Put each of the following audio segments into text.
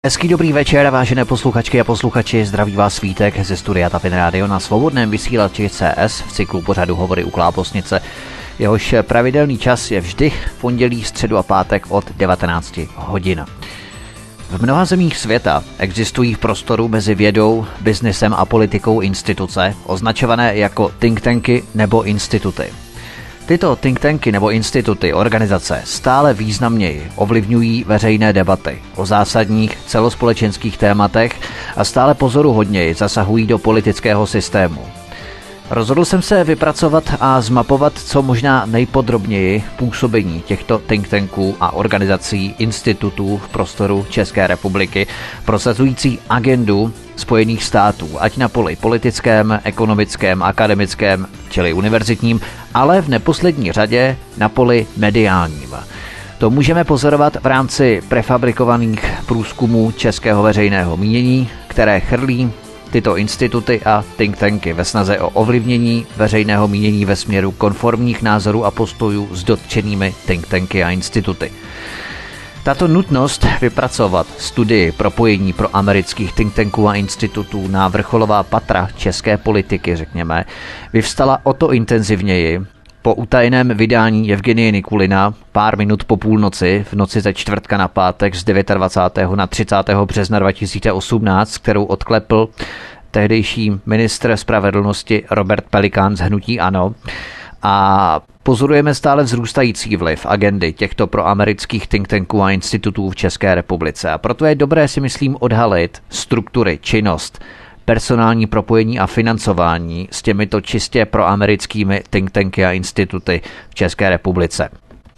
Hezký dobrý večer, vážené posluchačky a posluchači, zdraví vás Vítek ze studia Tapin Radio na svobodném vysílači CS v cyklu pořadu Hovory u Klábosnice. Jehož pravidelný čas je vždy v pondělí, středu a pátek od 19 hodin. V mnoha zemích světa existují v prostoru mezi vědou, biznesem a politikou instituce, označované jako think tanky nebo instituty. Tyto think tanky nebo instituty, organizace stále významněji ovlivňují veřejné debaty o zásadních celospolečenských tématech a stále pozoruhodněji zasahují do politického systému. Rozhodl jsem se vypracovat a zmapovat co možná nejpodrobněji působení těchto think tanků a organizací institutů v prostoru České republiky, prosazující agendu Spojených států, ať na poli politickém, ekonomickém, akademickém, čili univerzitním, ale v neposlední řadě na poli mediálním. To můžeme pozorovat v rámci prefabrikovaných průzkumů českého veřejného mínění, které chrlí tyto instituty a think tanky ve snaze o ovlivnění veřejného mínění ve směru konformních názorů a postojů s dotčenými think tanky a instituty. Tato nutnost vypracovat studii propojení pro amerických think tanků a institutů na vrcholová patra české politiky, řekněme, vyvstala o to intenzivněji po utajeném vydání Evgenie Nikulina pár minut po půlnoci v noci ze čtvrtka na pátek z 29. na 30. března 2018, kterou odklepl tehdejší ministr spravedlnosti Robert Pelikán z hnutí ANO. A pozorujeme stále vzrůstající vliv agendy těchto proamerických think tanků a institutů v České republice. A proto je dobré, si myslím, odhalit struktury, činnost, personální propojení a financování s těmito čistě proamerickými think tanky a instituty v České republice.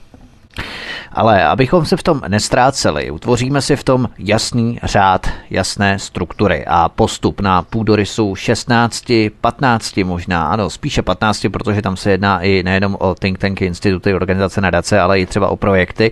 Ale abychom se v tom nestráceli, utvoříme si v tom jasný řád, jasné struktury a postup na půdorysu 16, 15 možná, ano, spíše 15, protože tam se jedná i nejenom o think tanky, instituty, organizace, nadace, ale i třeba o projekty.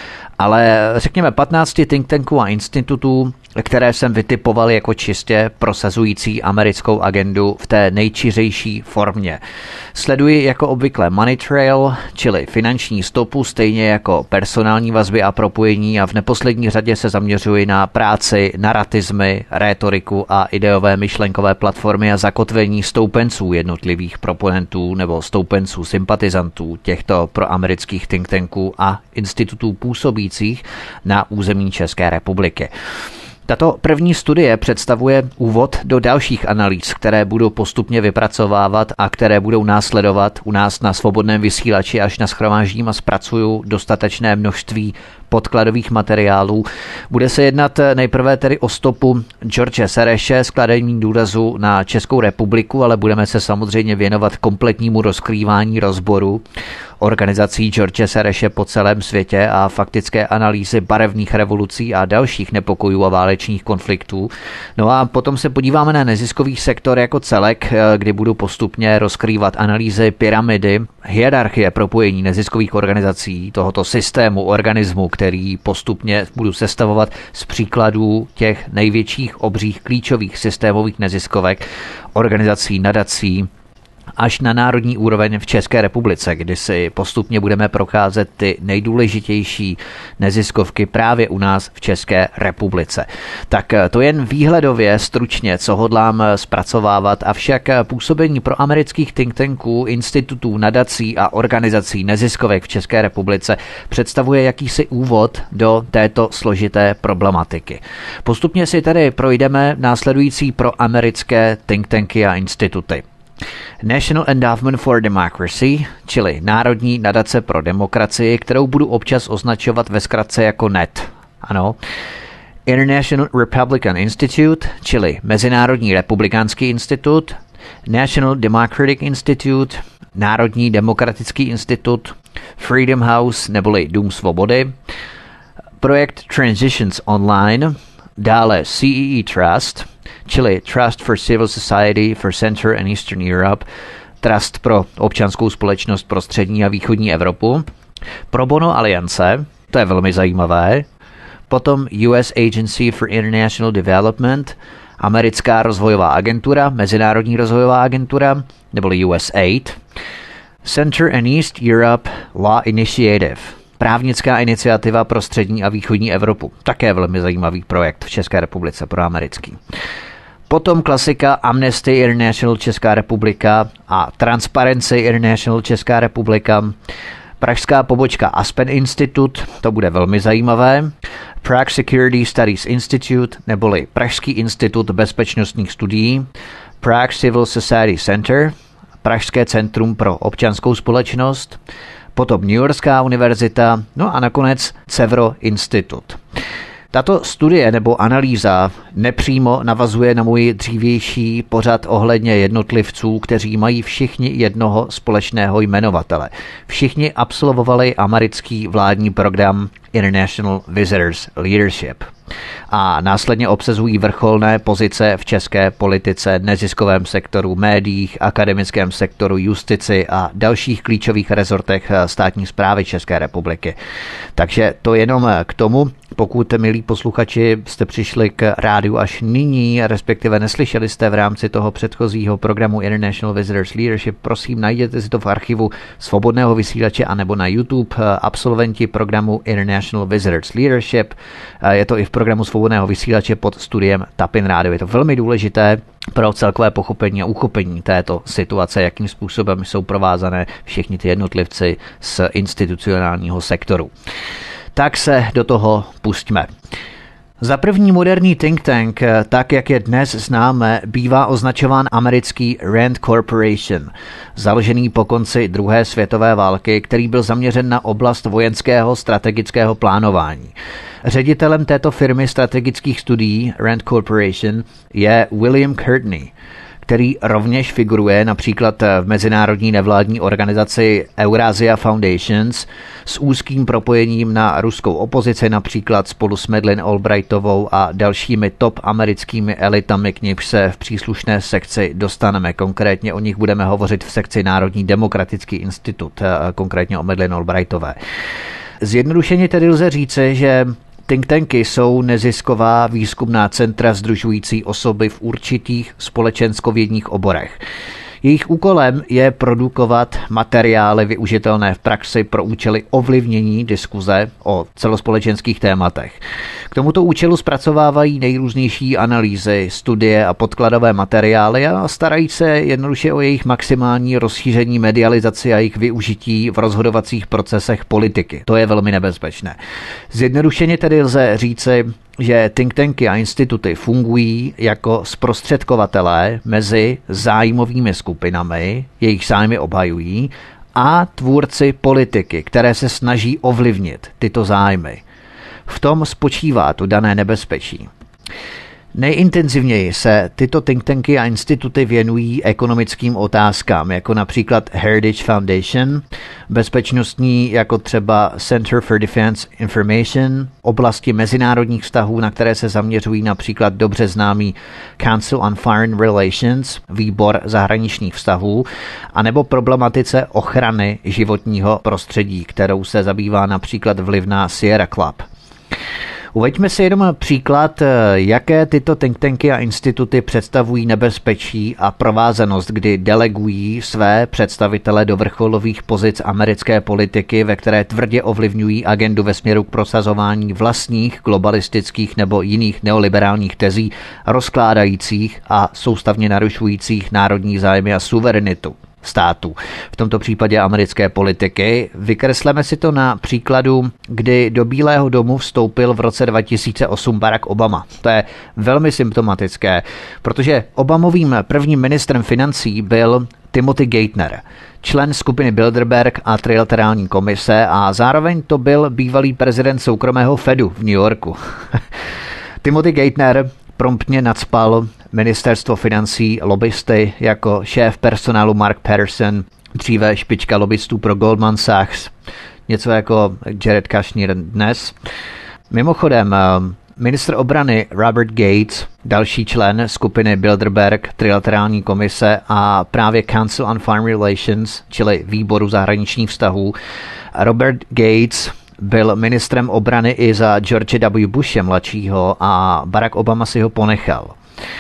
Ale řekněme 15 think tanků a institutů, které jsem vytipoval jako čistě prosazující americkou agendu v té nejčiřejší formě. Sleduji jako obvykle money trail, čili finanční stopu, stejně jako personální vazby a propojení a v neposlední řadě se zaměřuji na práci, naratismy, rétoriku a ideové myšlenkové platformy a zakotvení stoupenců jednotlivých proponentů nebo stoupenců sympatizantů těchto proamerických think tanků a institutů působících na území České republiky. Tato první studie představuje úvod do dalších analýz, které budou postupně vypracovávat a které budou následovat u nás na svobodném vysílači, až nashromáždím a zpracuju dostatečné množství podkladových materiálů. Bude se jednat nejprve tedy o stopu George Sereše s kladením důrazu na Českou republiku, ale budeme se samozřejmě věnovat kompletnímu rozkrývání rozboru organizací George Sereše po celém světě a faktické analýzy barevných revolucí a dalších nepokojů a válečných konfliktů. No a potom se podíváme na neziskový sektor jako celek, kdy budu postupně rozkrývat analýzy pyramidy, hierarchie propojení neziskových organizací, tohoto systému, organismu, který postupně budu sestavovat z příkladů těch největších, obřích, klíčových systémových neziskovek, organizací, nadací, až na národní úroveň v České republice, kdy si postupně budeme procházet ty nejdůležitější neziskovky právě u nás v České republice. Tak to jen výhledově stručně, co hodlám zpracovávat, avšak působení pro amerických think tanků, institutů, nadací a organizací neziskovek v České republice představuje jakýsi úvod do této složité problematiky. Postupně si tedy projdeme následující proamerické think tanky a instituty. National Endowment for Democracy, čili Národní nadace pro demokracii, kterou budu občas označovat ve zkratce jako NET. Ano. International Republican Institute, čili Mezinárodní republikánský institut, National Democratic Institute, Národní demokratický institut, Freedom House neboli Dům svobody, projekt Transitions Online, dále CEE Trust, čili Trust for Civil Society for Central and Eastern Europe, Trust pro občanskou společnost pro střední a východní Evropu, Pro Bono Aliance, to je velmi zajímavé, potom US Agency for International Development, Americká rozvojová agentura, Mezinárodní rozvojová agentura, neboli USAID, Center and East Europe Law Initiative, právnická iniciativa pro střední a východní Evropu. Také velmi zajímavý projekt v České republice pro americký. Potom klasika Amnesty International Česká republika a Transparency International Česká republika. Pražská pobočka Aspen Institute, to bude velmi zajímavé. Prague Security Studies Institute, neboli Pražský institut bezpečnostních studií. Prague Civil Society Center, Pražské centrum pro občanskou společnost. Potom New Yorkská univerzita, no a nakonec Cevro Institut. Tato studie nebo analýza nepřímo navazuje na můj dřívější pořad ohledně jednotlivců, kteří mají všichni jednoho společného jmenovatele. Všichni absolvovali americký vládní program International Visitors Leadership a následně obsazují vrcholné pozice v české politice, neziskovém sektoru, médiích, akademickém sektoru, justici a dalších klíčových rezortech státní správy České republiky. Takže to jenom k tomu. Pokud, milí posluchači, jste přišli k rádiu až nyní, respektive neslyšeli jste v rámci toho předchozího programu International Visitors Leadership, prosím, najděte si to v archivu Svobodného vysílače anebo na YouTube. Absolventi programu International Visitors Leadership. Je to i v programu Svobodného vysílače pod studiem Tapin Radio. Je to velmi důležité pro celkové pochopení a uchopení této situace, jakým způsobem jsou provázané všichni ty jednotlivci z institucionálního sektoru. Tak se do toho pustíme. Za první moderní think tank, tak jak je dnes známe, bývá označován americký Rand Corporation, založený po konci druhé světové války, který byl zaměřen na oblast vojenského strategického plánování. Ředitelem této firmy strategických studií Rand Corporation je William Courtney, který rovněž figuruje například v mezinárodní nevládní organizaci Eurasia Foundations s úzkým propojením na ruskou opozici, například spolu s Madeleine Albrightovou a dalšími top americkými elitami, k nimž se v příslušné sekci dostaneme. Konkrétně o nich budeme hovořit v sekci Národní demokratický institut, konkrétně o Madeleine Albrightové. Zjednodušeně tedy lze říci, že think tanky jsou nezisková výzkumná centra sdružující osoby v určitých společenskovědních oborech. Jejich úkolem je produkovat materiály využitelné v praxi pro účely ovlivnění diskuze o celospolečenských tématech. K tomuto účelu zpracovávají nejrůznější analýzy, studie a podkladové materiály a starají se jednoduše o jejich maximální rozšíření, medializaci a jejich využití v rozhodovacích procesech politiky. To je velmi nebezpečné. Zjednodušeně tedy lze říci, že think tanky a instituty fungují jako zprostředkovatelé mezi zájmovými skupinami, jejich zájmy obhajují, a tvůrci politiky, které se snaží ovlivnit tyto zájmy. V tom spočívá to dané nebezpečí. Nejintenzivněji se tyto think tanky a instituty věnují ekonomickým otázkám, jako například Heritage Foundation, bezpečnostní jako třeba Center for Defense Information, oblasti mezinárodních vztahů, na které se zaměřují například dobře známý Council on Foreign Relations, výbor zahraničních vztahů, anebo problematice ochrany životního prostředí, kterou se zabývá například vlivná Sierra Club. Uveďme si jenom příklad, jaké tyto think tanky a instituty představují nebezpečí a provázanost, kdy delegují své představitele do vrcholových pozic americké politiky, ve které tvrdě ovlivňují agendu ve směru k prosazování vlastních globalistických nebo jiných neoliberálních tezí, rozkládajících a soustavně narušujících národní zájmy a suverenitu států, v tomto případě americké politiky. Vykresleme si to na příkladu, kdy do Bílého domu vstoupil v roce 2008 Barack Obama. To je velmi symptomatické, protože Obamovým prvním ministrem financí byl Timothy Geithner, člen skupiny Bilderberg a Trilaterální komise, a zároveň to byl bývalý prezident soukromého Fedu v New Yorku. Timothy Geithner promptně nacpal ministerstvo financí lobbysty jako šéf personálu Mark Patterson, dříve špička lobbystů pro Goldman Sachs, něco jako Jared Kushner dnes. Mimochodem, ministr obrany Robert Gates, další člen skupiny Bilderberg, Trilaterální komise a právě Council on Foreign Relations, čili výboru zahraničních vztahů, Robert Gates byl ministrem obrany i za George W. Bushe mladšího a Barack Obama si ho ponechal.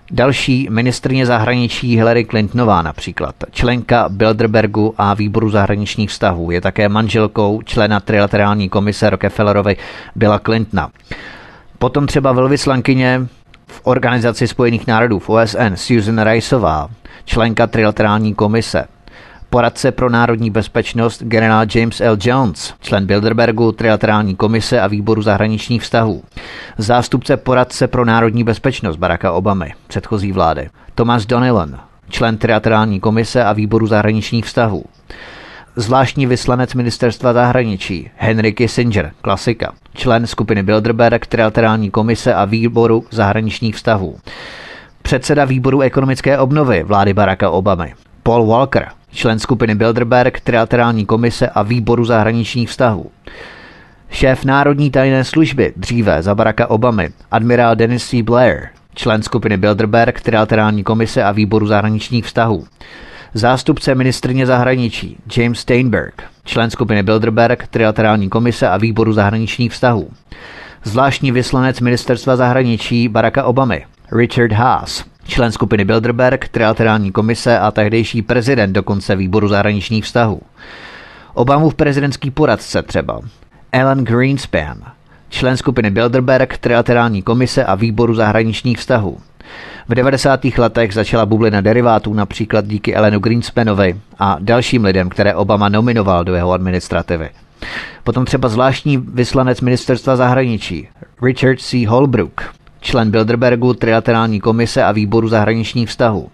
Další ministryně zahraničí Hillary Clintonová například, členka Bilderbergu a výboru zahraničních vztahů, je také manželkou člena trilaterální komise Rockefellerovy Billa Clintona. Potom třeba velvyslankyně v Organizaci spojených národů v OSN Susan Riceová, členka trilaterální komise. Poradce pro národní bezpečnost generál James L. Jones, člen Bilderbergu, trilaterální komise a výboru zahraničních vztahů. Zástupce poradce pro národní bezpečnost Baracka Obamy, předchozí vlády. Thomas Donilon, člen trilaterální komise a výboru zahraničních vztahů. Zvláštní vyslanec ministerstva zahraničí Henry Kissinger, klasika, člen skupiny Bilderberg, trilaterální komise a výboru zahraničních vztahů. Předseda výboru ekonomické obnovy vlády Baracka Obamy Paul Walker, člen skupiny Bilderberg, trilaterální komise a výboru zahraničních vztahů. Šéf národní tajné služby dříve za Baracka Obamy admirál Dennis C. Blair, člen skupiny Bilderberg, trilaterální komise a výboru zahraničních vztahů. Zástupce ministryně zahraničí James Steinberg, člen skupiny Bilderberg, trilaterální komise a výboru zahraničních vztahů. Zvláštní vyslanec ministerstva zahraničí Baracka Obamy Richard Haas, člen skupiny Bilderberg, trilaterální komise a tehdejší prezident dokonce výboru zahraničních vztahů. Obamův prezidentský poradce třeba Alan Greenspan, člen skupiny Bilderberg, trilaterální komise a výboru zahraničních vztahů. V 90. letech začala bublina derivátů například díky Alanu Greenspanovi a dalším lidem, které Obama nominoval do jeho administrativy. Potom třeba zvláštní vyslanec ministerstva zahraničí Richard C. Holbrooke, člen Bilderbergu, trilaterální komise a výboru zahraničních vztahů.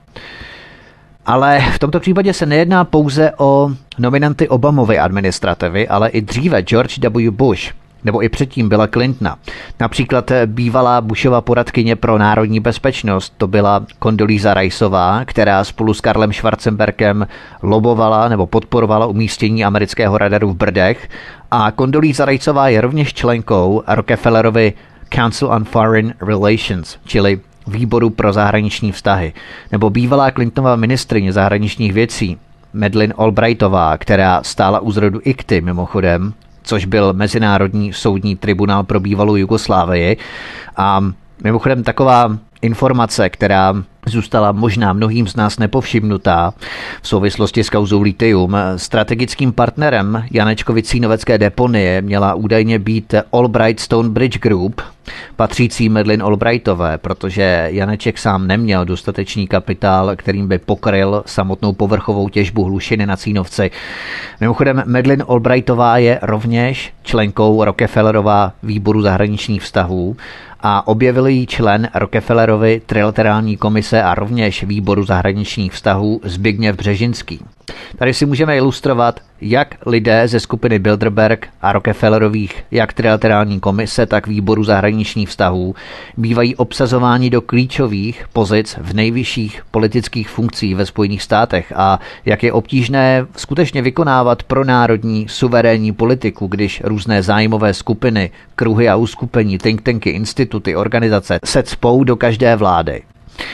Ale v tomto případě se nejedná pouze o nominanty Obamovy administrativy, ale i dříve George W. Bush, nebo i předtím Billa Clintona. Například bývalá Bushova poradkyně pro národní bezpečnost, to byla Condoleezza Riceová, která spolu s Karlem Schwarzenbergem lobovala nebo podporovala umístění amerického radaru v Brdech. A Condoleezza Riceová je rovněž členkou Rockefellerovy Council on Foreign Relations, čili výboru pro zahraniční vztahy, nebo bývalá Clintonova ministryně zahraničních věcí Madeleine Albrightová, která stála u zrodu ICTY mimochodem, což byl Mezinárodní soudní tribunál pro bývalou Jugoslávii. A mimochodem taková informace, která zůstala možná mnohým z nás nepovšimnutá v souvislosti s kauzou Lithium. Strategickým partnerem Janečkovy cínovecké deponie měla údajně být Albright Stonebridge Group, patřící Madeleine Albrightové, protože Janeček sám neměl dostatečný kapitál, kterým by pokryl samotnou povrchovou těžbu hlušiny na Cínovci. Mimochodem Madeleine Albrightová je rovněž členkou Rockefellerova výboru zahraničních vztahů a objevil jí člen Rockefellerovy trilaterální komise a rovněž výboru zahraničních vztahů Zbigněv Břežinský. Tady si můžeme ilustrovat, jak lidé ze skupiny Bilderberg a Rockefellerových jak trilaterální komise, tak výboru zahraničních vztahů bývají obsazováni do klíčových pozic v nejvyšších politických funkcích ve Spojených státech a jak je obtížné skutečně vykonávat pronárodní suverénní politiku, když různé zájmové skupiny, kruhy a uskupení, think tanky, instituty, organizace se cpou do každé vlády.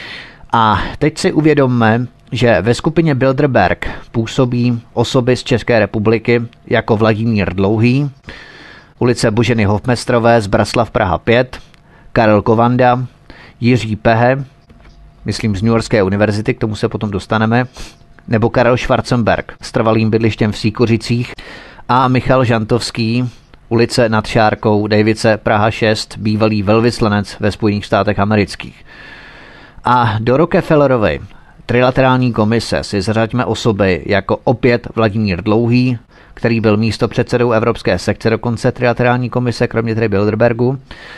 A teď si uvědomme, že ve skupině Bilderberg působí osoby z České republiky jako Vladimír Dlouhý, ulice Boženy Hofmestrové, Zbraslav Praha 5, Karel Kovanda, Jiří Pehe, myslím z New Yorkské univerzity, k tomu se potom dostaneme, nebo Karel Schwarzenberg s trvalým bydlištěm v Sýkořicích a Michal Žantovský, ulice Nad Šárkou, Dejvice, Praha 6, bývalý velvyslanec ve Spojených státech amerických. A do Rockefellerovy trilaterální komise si zařaďme osoby jako opět Vladimír Dlouhý, který byl místopředsedou Evropské sekce dokonce trilaterální komise, kromě tedy Bilderbergu,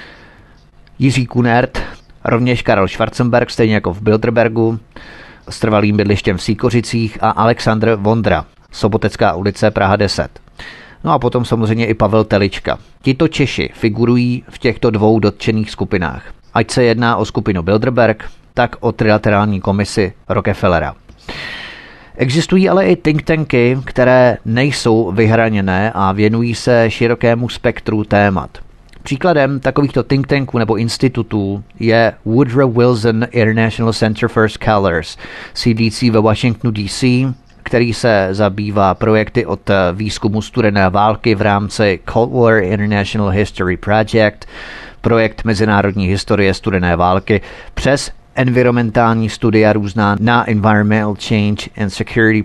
Jiří Kunert, rovněž Karel Schwarzenberg, stejně jako v Bilderbergu, s trvalým bydlištěm v Sýkořicích a Alexandr Vondra, Sobotecká ulice, Praha 10. No a potom samozřejmě i Pavel Telička. Tito Češi figurují v těchto dvou dotčených skupinách. Ať se jedná o skupinu Bilderberg, tak o trilaterální komisi Rockefellera. Existují ale i think tanky, které nejsou vyhraněné a věnují se širokému spektru témat. Příkladem takovýchto think tanků nebo institutů je Woodrow Wilson International Center for Scholars, CDC ve Washingtonu DC, který se zabývá projekty od výzkumu studené války v rámci Cold War International History Project, projekt mezinárodní historie studené války, přes environmentální studia různá na Environmental Change and Security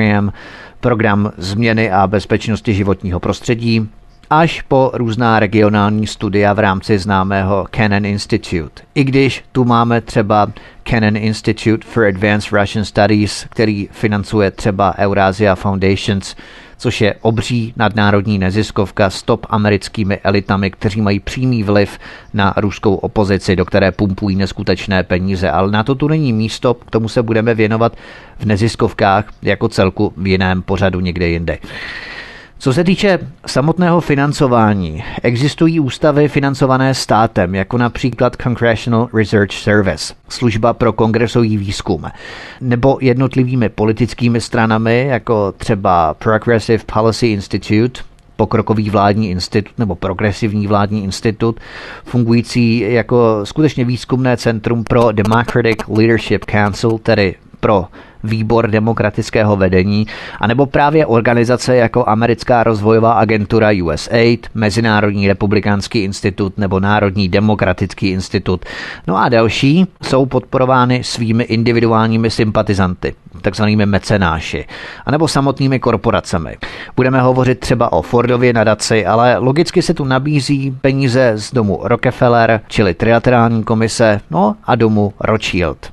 program změny a bezpečnosti životního prostředí, až po různá regionální studia v rámci známého Kennan Institute. I když tu máme třeba Kennan Institute for Advanced Russian Studies, který financuje třeba Eurasia Foundations, což je obří nadnárodní neziskovka s top americkými elitami, kteří mají přímý vliv na ruskou opozici, do které pumpují neskutečné peníze. Ale na to tu není místo, k tomu se budeme věnovat v neziskovkách jako celku v jiném pořadu někde jinde. Co se týče samotného financování, existují ústavy financované státem, jako například Congressional Research Service, služba pro kongresový výzkum, nebo jednotlivými politickými stranami, jako třeba Progressive Policy Institute, pokrokový vládní institut nebo progresivní vládní institut, fungující jako skutečně výzkumné centrum pro Democratic Leadership Council, tedy pro výbor demokratického vedení, anebo právě organizace jako Americká rozvojová agentura USAID, Mezinárodní republikánský institut nebo Národní demokratický institut. No a další jsou podporovány svými individuálními sympatizanty, takzvanými mecenáši, anebo samotnými korporacemi. Budeme hovořit třeba o Fordově nadaci, ale logicky se tu nabízí peníze z domu Rockefeller, čili trilaterální komise, no a domu Rothschild.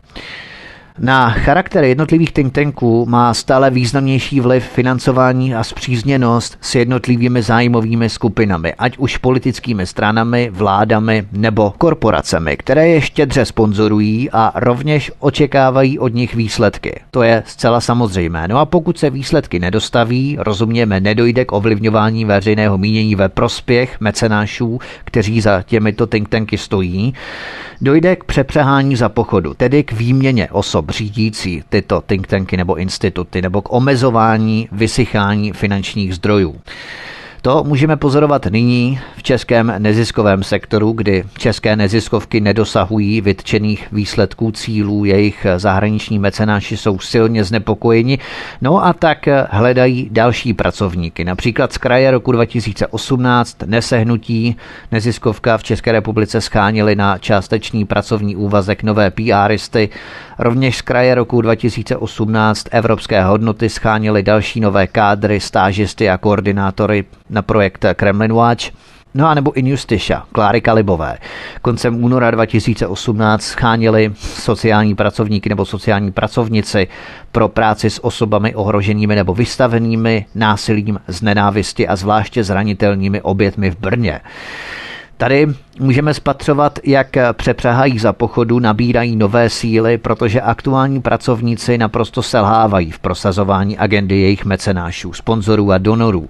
Na charakter jednotlivých think tanků má stále významnější vliv financování a spřízněnost s jednotlivými zájmovými skupinami, ať už politickými stranami, vládami nebo korporacemi, které je štědře sponzorují a rovněž očekávají od nich výsledky. To je zcela samozřejmé. No a pokud se výsledky nedostaví, rozumějme, nedojde k ovlivňování veřejného mínění ve prospěch mecenášů, kteří za těmito think tanky stojí, dojde k přepřehání za pochodu, tedy k výměně osob řídící tyto think tanky nebo instituty, nebo k omezování, vysychání finančních zdrojů. To můžeme pozorovat nyní v českém neziskovém sektoru, kdy české neziskovky nedosahují vytčených výsledků cílů, jejich zahraniční mecenáši jsou silně znepokojeni, no a tak hledají další pracovníky. Například z kraje roku 2018 Nesehnutí neziskovka v České republice schánili na částečný pracovní úvazek nové PRisty, rovněž z kraje roku 2018 Evropské hodnoty schánili další nové kádry, stážisty a koordinátory na projekt Kremlin Watch. No a nebo Injusticia, Kláry Kalibové. Koncem února 2018 schánili sociální pracovníky nebo sociální pracovnici pro práci s osobami ohroženými nebo vystavenými násilím z nenávisti a zvláště zranitelnými obětmi v Brně. Tady můžeme spatřovat, jak přepřahají za pochodu, nabírají nové síly, protože aktuální pracovníci naprosto selhávají v prosazování agendy jejich mecenášů, sponzorů a donorů.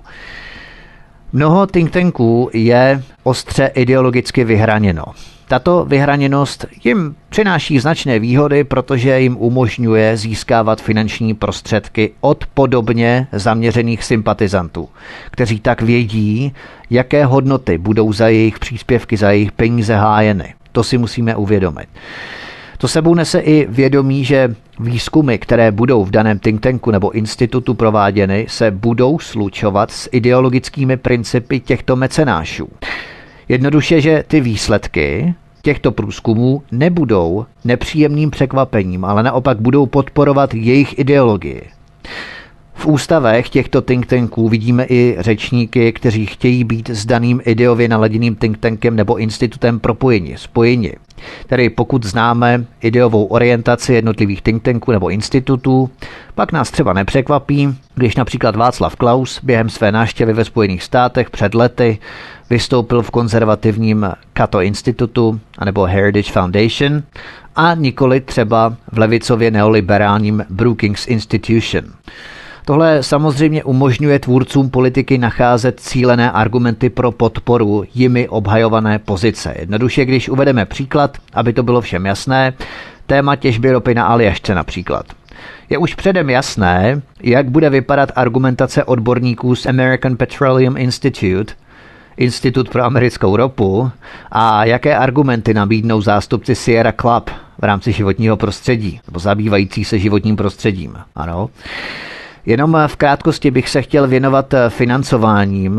Mnoho think tanků je ostře ideologicky vyhraněno. Tato vyhraněnost jim přináší značné výhody, protože jim umožňuje získávat finanční prostředky od podobně zaměřených sympatizantů, kteří tak vědí, jaké hodnoty budou za jejich příspěvky, za jejich peníze hájeny. To si musíme uvědomit. To sebou nese i vědomí, že výzkumy, které budou v daném think tanku nebo institutu prováděny, se budou slučovat s ideologickými principy těchto mecenášů. Jednoduše, že ty výsledky těchto průzkumů nebudou nepříjemným překvapením, ale naopak budou podporovat jejich ideologii. V ústavech těchto think tanků vidíme i řečníky, kteří chtějí být s daným ideově naladěným think tankem nebo institutem spojeni. Tedy pokud známe ideovou orientaci jednotlivých think tanků nebo institutů, pak nás třeba nepřekvapí, když například Václav Klaus během své návštěvy ve Spojených státech před lety vystoupil v konzervativním Cato institutu anebo Heritage Foundation a nikoli třeba v levicově neoliberálním Brookings Institution. Tohle samozřejmě umožňuje tvůrcům politiky nacházet cílené argumenty pro podporu jimi obhajované pozice. Jednoduše, když uvedeme příklad, aby to bylo všem jasné, téma těžby ropy na Aljašce například. Je už předem jasné, jak bude vypadat argumentace odborníků z American Petroleum Institute, Institut pro americkou ropu, a jaké argumenty nabídnou zástupci Sierra Club v rámci životního prostředí, nebo zabývající se životním prostředím. Ano. Jenom v krátkosti bych se chtěl věnovat financováním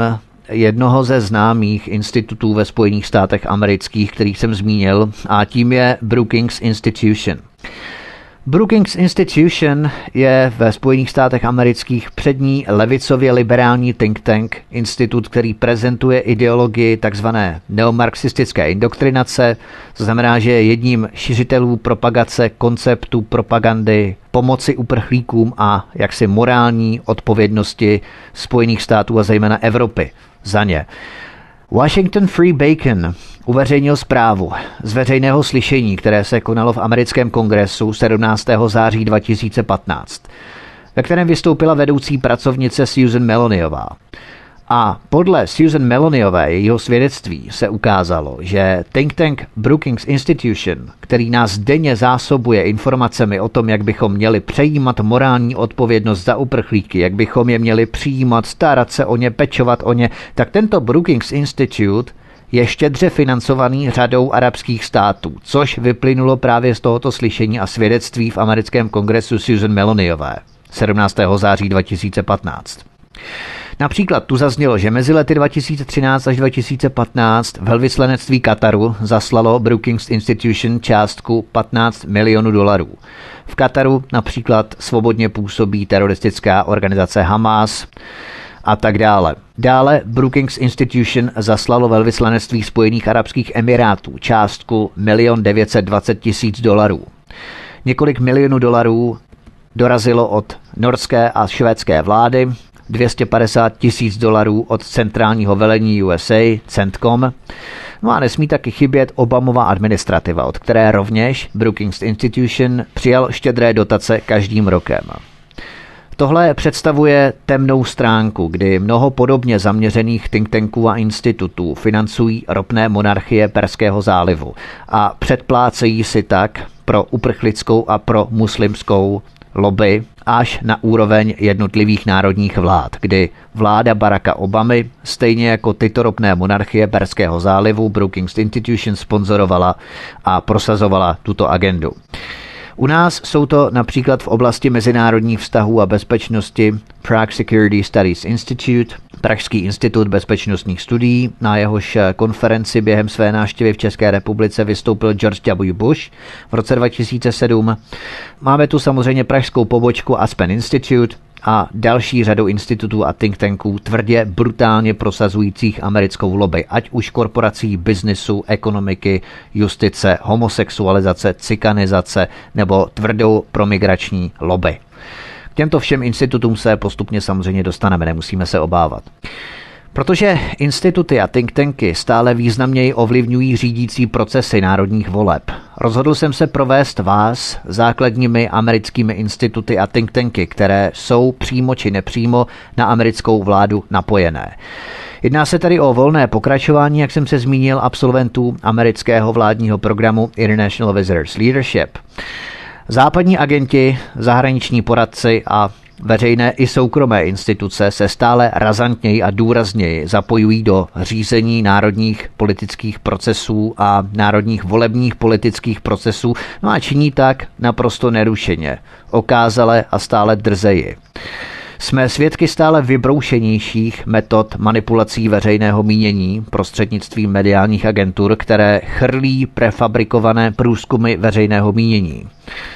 jednoho ze známých institutů ve Spojených státech amerických, který jsem zmínil, a tím je Brookings Institution. Brookings Institution je ve Spojených státech amerických přední levicově liberální think tank, institut, který prezentuje ideologii takzvané neomarxistické indoktrinace, to znamená, že je jedním šiřitelů propagace konceptu propagandy pomoci uprchlíkům a jaksi morální odpovědnosti Spojených států a zejména Evropy za ně. Washington Free Bacon uveřejnil zprávu z veřejného slyšení, které se konalo v americkém kongresu 17. září 2015, ve kterém vystoupila vedoucí pracovnice Susan Meloniová. A podle Susan Meloniové, jejího svědectví, se ukázalo, že think tank Brookings Institution, který nás denně zásobuje informacemi o tom, jak bychom měli přejímat morální odpovědnost za uprchlíky, jak bychom je měli přijímat, starat se o ně, pečovat o ně, tak tento Brookings Institute je štědře financovaný řadou arabských států, což vyplynulo právě z tohoto slyšení a svědectví v americkém kongresu Susan Meloniové 17. září 2015. Například tu zaznělo, že mezi lety 2013 až 2015 velvyslanectví Kataru zaslalo Brookings Institution částku $15 milionů. V Kataru například svobodně působí teroristická organizace Hamas a tak dále. Dále Brookings Institution zaslalo velvyslanectví Spojených arabských emirátů částku $1,920,000. Několik milionů dolarů dorazilo od norské a švédské vlády, $250,000 od centrálního velení USA, CENTCOM. No a nesmí taky chybět Obamova administrativa, od které rovněž Brookings Institution přijal štědré dotace každým rokem. Tohle představuje temnou stránku, kdy mnoho podobně zaměřených think tanků a institutů financují ropné monarchie Perského zálivu a předplácejí si tak pro uprchlickou a pro muslimskou lobby až na úroveň jednotlivých národních vlád, kdy vláda Baracka Obamy, stejně jako tyto ropné monarchie Perského zálivu, Brookings Institution sponzorovala a prosazovala tuto agendu. U nás jsou to například v oblasti mezinárodních vztahů a bezpečnosti Prague Security Studies Institute, Pražský institut bezpečnostních studií, na jehož konferenci během své návštěvy v České republice vystoupil George W. Bush v roce 2007. Máme tu samozřejmě pražskou pobočku Aspen Institute a další řadu institutů a think tanků tvrdě brutálně prosazujících americkou lobby, ať už korporací, biznisu, ekonomiky, justice, homosexualizace, cikanizace nebo tvrdou promigrační lobby. K těmto všem institutům se postupně samozřejmě dostaneme, nemusíme se obávat. Protože instituty a think tanky stále významněji ovlivňují řídící procesy národních voleb, rozhodl jsem se provést vás základními americkými instituty a think tanky, které jsou přímo či nepřímo na americkou vládu napojené. Jedná se tady o volné pokračování, jak jsem se zmínil, absolventů amerického vládního programu International Visitors Leadership. Západní agenti, zahraniční poradci a veřejné i soukromé instituce se stále razantněji a důrazněji zapojují do řízení národních politických procesů a národních volebních politických procesů, no a činí tak naprosto nerušeně, okázale a stále drzeji. Jsme svědky stále vybroušenějších metod manipulací veřejného mínění prostřednictvím mediálních agentur, které chrlí prefabrikované průzkumy veřejného mínění.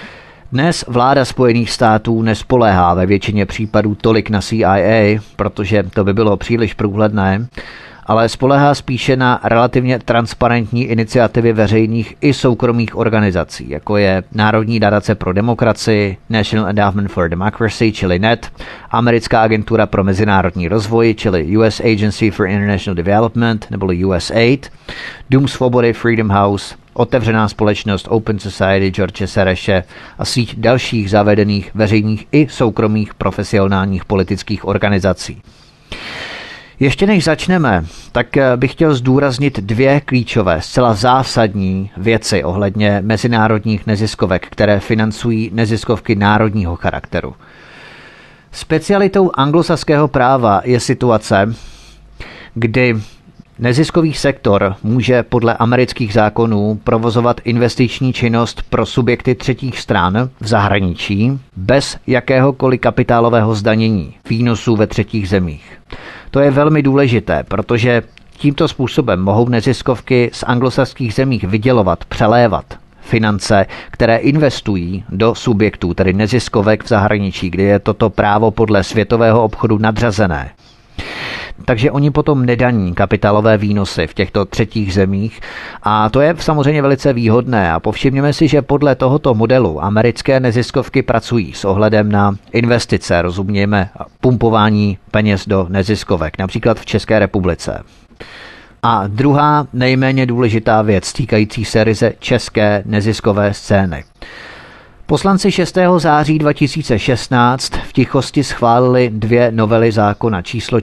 Dnes vláda Spojených států nespoléhá ve většině případů tolik na CIA, protože to by bylo příliš průhledné, ale spoléhá spíše na relativně transparentní iniciativy veřejných i soukromých organizací, jako je Národní nadace pro demokracii, National Endowment for Democracy, čili NED, Americká agentura pro mezinárodní rozvoj, čili US Agency for International Development, neboli USAID, Dům svobody Freedom House, Otevřená společnost Open Society George Soreše a síť dalších zavedených veřejných i soukromých profesionálních politických organizací. Ještě než začneme, tak bych chtěl zdůraznit dvě klíčové, zcela zásadní věci ohledně mezinárodních neziskovek, které financují neziskovky národního charakteru. Specialitou anglosaského práva je situace, kdy Neziskový sektor může podle amerických zákonů provozovat investiční činnost pro subjekty třetích stran v zahraničí bez jakéhokoliv kapitálového zdanění výnosů ve třetích zemích. To je velmi důležité, protože tímto způsobem mohou neziskovky z anglosaských zemích vydělovat, přelévat finance, které investují do subjektů, tedy neziskovek v zahraničí, kde je toto právo podle světového obchodu nadřazené. Takže oni potom nedaní kapitálové výnosy v těchto třetích zemích a to je samozřejmě velice výhodné a povšimněme si, že podle tohoto modelu americké neziskovky pracují s ohledem na investice, rozumějme pumpování peněz do neziskovek, například v České republice. A druhá nejméně důležitá věc týkající se ryze české neziskové scény. Poslanci 6. září 2016 v tichosti schválili 2 novely zákona číslo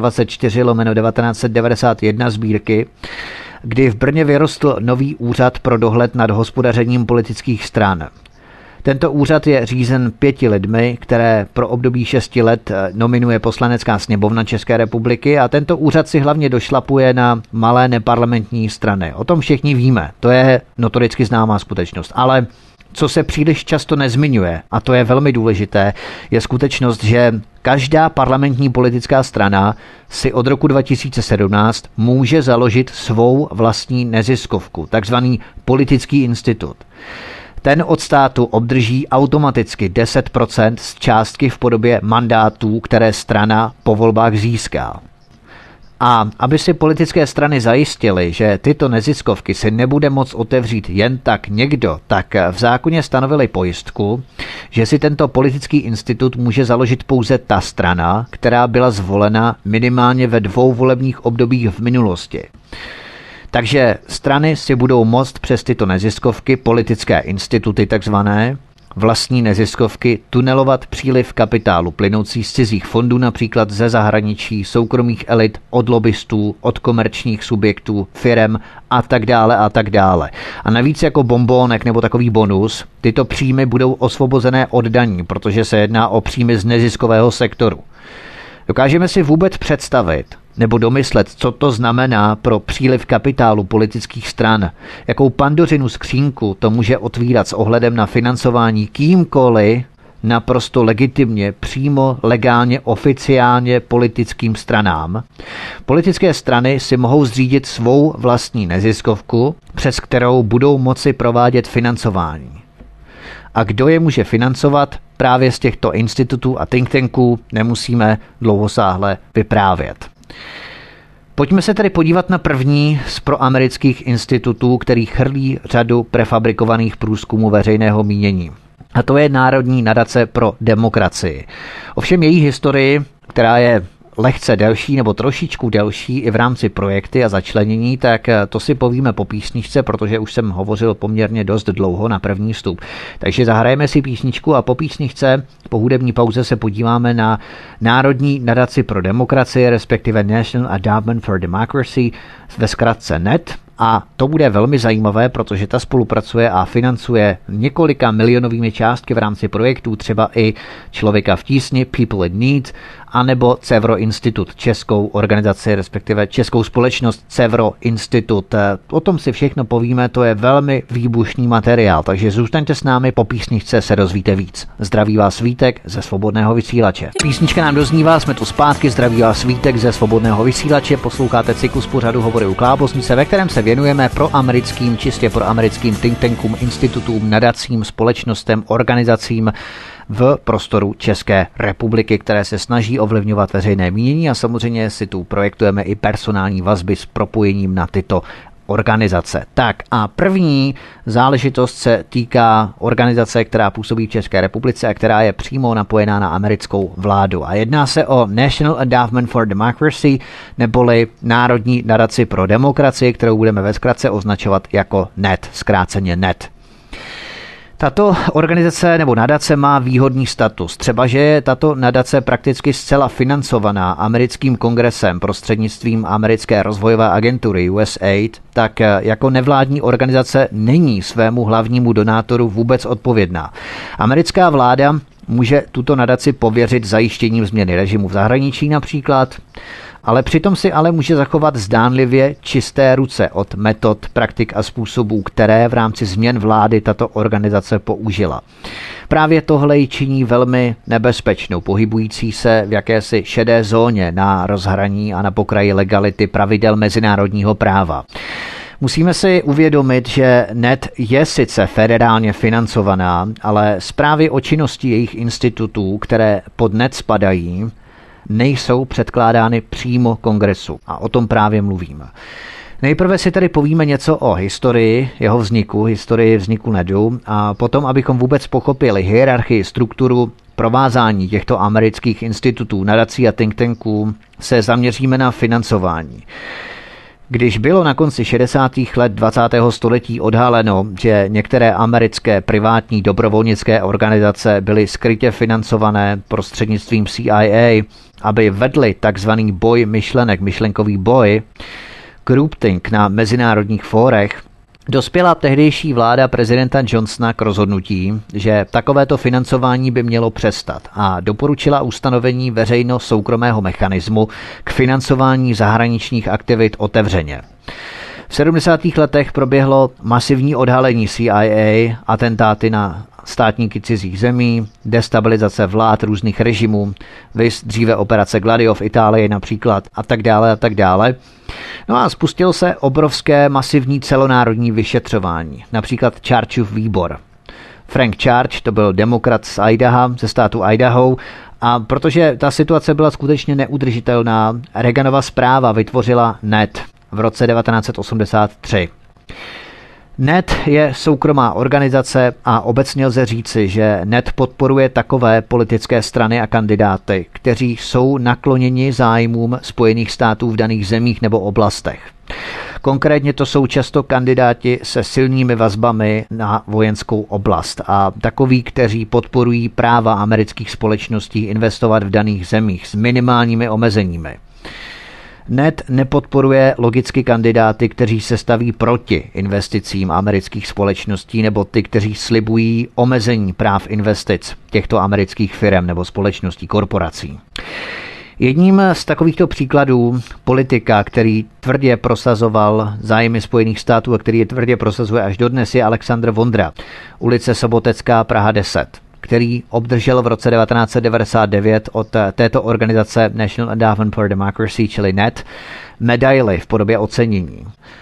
424/1991 sbírky, kdy v Brně vyrostl nový úřad pro dohled nad hospodařením politických stran. Tento úřad je řízen 5 lidmi, které pro období 6 let nominuje Poslanecká sněmovna České republiky a tento úřad si hlavně došlapuje na malé neparlamentní strany. O tom všichni víme, to je notoricky známá skutečnost, ale co se příliš často nezmiňuje, a to je velmi důležité, je skutečnost, že každá parlamentní politická strana si od roku 2017 může založit svou vlastní neziskovku, takzvaný politický institut. Ten od státu obdrží automaticky 10% z částky v podobě mandátů, které strana po volbách získá. A aby si politické strany zajistily, že tyto neziskovky si nebude moct otevřít jen tak někdo, tak v zákoně stanovili pojistku, že si tento politický institut může založit pouze ta strana, která byla zvolena minimálně ve 2 volebních obdobích v minulosti. Takže strany si budou moct přes tyto neziskovky, politické instituty takzvané, vlastní neziskovky tunelovat příliv kapitálu plynoucí z cizích fondů, například ze zahraničí, soukromých elit, od lobbystů, od komerčních subjektů, firem a tak dále a tak dále. A navíc jako bonbónek nebo takový bonus, tyto příjmy budou osvobozené od daní, protože se jedná o příjmy z neziskového sektoru. Dokážeme si vůbec představit nebo domyslet, co to znamená pro příliv kapitálu politických stran, jakou Pandořinu skřínku to může otvírat s ohledem na financování kýmkoliv naprosto legitimně, přímo, legálně, oficiálně politickým stranám. Politické strany si mohou zřídit svou vlastní neziskovku, přes kterou budou moci provádět financování. A kdo je může financovat? Právě z těchto institutů a think tanků nemusíme dlouhosáhle vyprávět. Pojďme se tedy podívat na první z proamerických institutů, který chrlí řadu prefabrikovaných průzkumů veřejného mínění. A to je Národní nadace pro demokracii. Ovšem její historii, která je lehce delší nebo trošičku delší i v rámci projekty a začlenění, tak to si povíme po písničce, protože už jsem hovořil poměrně dost dlouho na první vstup. Takže zahrajeme si písničku a po písničce, po hudební pauze se podíváme na Národní nadaci pro demokracii, respektive National Endowment for Democracy, ve zkratce NED. A to bude velmi zajímavé, protože ta spolupracuje a financuje několika milionovými částky v rámci projektů, třeba i Člověka v tísni, People in Need, anebo Cevro Institut, českou organizaci, respektive českou společnost Cevro Institut. O tom si všechno povíme, to je velmi výbušný materiál, takže zůstaňte s námi, po písničce se dozvíte víc. Zdraví vás Vítek ze Svobodného vysílače. Písnička nám doznívá, jsme tu zpátky, zdraví vás Vítek ze Svobodného vysílače, posloucháte cyklus pořadu Hovory u Klábosnice, ve kterém se věnujeme čistě proamerickým think tankům, institutům, nadacím, společnostem, organizacím v prostoru České republiky, které se snaží ovlivňovat veřejné mínění a samozřejmě si tu projektujeme i personální vazby s propojením na tyto organizace. Tak a první záležitost se týká organizace, která působí v České republice a která je přímo napojená na americkou vládu. A jedná se o National Endowment for Democracy, neboli Národní nadaci pro demokracii, kterou budeme ve zkratce označovat jako NED, zkráceně NED. Tato organizace nebo nadace má výhodný status. Třeba, že je tato nadace prakticky zcela financovaná americkým kongresem prostřednictvím americké rozvojové agentury USAID, tak jako nevládní organizace není svému hlavnímu donátoru vůbec odpovědná. Americká vláda může tuto nadaci pověřit zajištěním změny režimu v zahraničí například, ale přitom si ale může zachovat zdánlivě čisté ruce od metod, praktik a způsobů, které v rámci změn vlády tato organizace použila. Právě tohle ji činí velmi nebezpečnou, pohybující se v jakési šedé zóně na rozhraní a na pokraji legality pravidel mezinárodního práva. Musíme si uvědomit, že NET je sice federálně financovaná, ale zprávy o činnosti jejich institutů, které pod NET spadají, nejsou předkládány přímo Kongresu. A o tom právě mluvím. Nejprve si tady povíme něco o historii jeho vzniku, historii vzniku NEDu a potom, abychom vůbec pochopili hierarchii, strukturu, provázání těchto amerických institutů, nadací a think tanků, se zaměříme na financování. Když bylo na konci 60. let 20. století odhaleno, že některé americké privátní dobrovolnické organizace byly skrytě financované prostřednictvím CIA, aby vedly takzvaný boj myšlenek, myšlenkový boj, groupthink na mezinárodních fórech, dospěla tehdejší vláda prezidenta Johnsona k rozhodnutí, že takovéto financování by mělo přestat a doporučila ustanovení veřejno-soukromého mechanismu k financování zahraničních aktivit otevřeně. V 70. letech proběhlo masivní odhalení CIA, atentáty na státníky cizích zemí, destabilizace vlád různých režimů, viz dříve operace Gladio v Itálii například a tak dále a tak dále. No a spustil se obrovské masivní celonárodní vyšetřování, například Churchův výbor. Frank Church, to byl demokrat z Idaha, ze státu Idaho, a protože ta situace byla skutečně neudržitelná, Reaganova správa vytvořila NET v roce 1983. NET je soukromá organizace a obecně lze říci, že NET podporuje takové politické strany a kandidáty, kteří jsou nakloněni zájmům Spojených států v daných zemích nebo oblastech. Konkrétně to jsou často kandidáti se silnými vazbami na vojenskou oblast a takoví, kteří podporují práva amerických společností investovat v daných zemích s minimálními omezeními. NET nepodporuje logicky kandidáty, kteří se staví proti investicím amerických společností nebo ty, kteří slibují omezení práv investic těchto amerických firm nebo společností, korporací. Jedním z takovýchto příkladů politika, který tvrdě prosazoval zájmy Spojených států a který je tvrdě prosazuje až dodnes, je Alexandr Vondra, ulice Sobotecká, Praha 10, který obdržel v roce 1999 od této organizace National Endowment for Democracy, čili NET, medaili v podobě ocenění.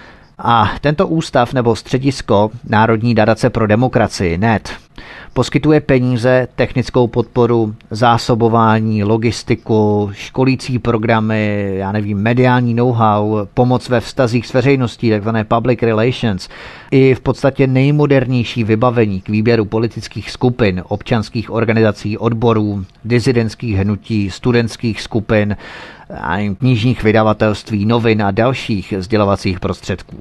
A tento ústav nebo středisko Národní nadace pro demokracii, NET, poskytuje peníze, technickou podporu, zásobování, logistiku, školící programy, mediální know-how, pomoc ve vztazích s veřejností, takzvané public relations, i v podstatě nejmodernější vybavení k výběru politických skupin, občanských organizací, odborů, disidentských hnutí, studentských skupin, knižních vydavatelství, novin a dalších sdělovacích prostředků.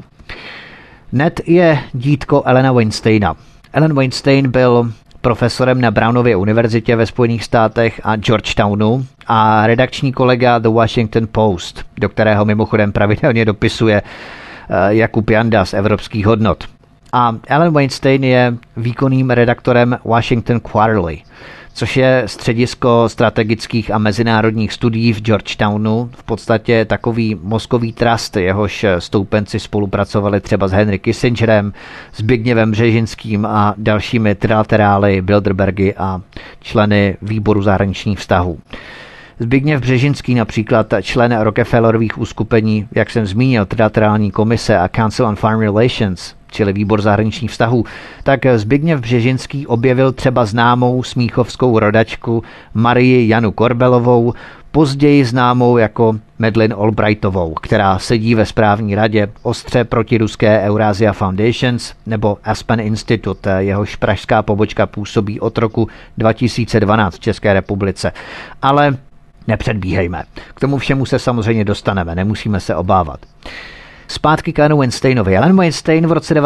NET je dítko Allena Weinsteina. Allen Weinstein byl profesorem na Brownově univerzitě ve Spojených státech a Georgetownu a redakční kolega The Washington Post, do kterého mimochodem pravidelně dopisuje Jakub Janda z Evropských hodnot. A Allen Weinstein je výkonným redaktorem Washington Quarterly, což je středisko strategických a mezinárodních studií v Georgetownu, v podstatě takový mozkový trust, jehož stoupenci spolupracovali třeba s Henry Kissingerem, Zbigněvem Břežinským a dalšími trilaterály, Bilderbergy a členy výboru zahraničních vztahů. Zbigněv Břežinský, například člen Rockefellerových uskupení, jak jsem zmínil, trilaterální komise a Council on Foreign Relations, čili výbor zahraničních vztahů, tak Zbigněv Břežinský objevil třeba známou smíchovskou rodačku Marii Janu Korbelovou, později známou jako Madeleine Albrightovou, která sedí ve správní radě ostře protiruské Eurasia Foundations nebo Aspen Institute, jehož pražská pobočka působí od roku 2012 v České republice. Ale nepředbíhejme. K tomu všemu se samozřejmě dostaneme, nemusíme se obávat. Zpátky k Allenu Weinsteinovi. Allen Weinstein v roce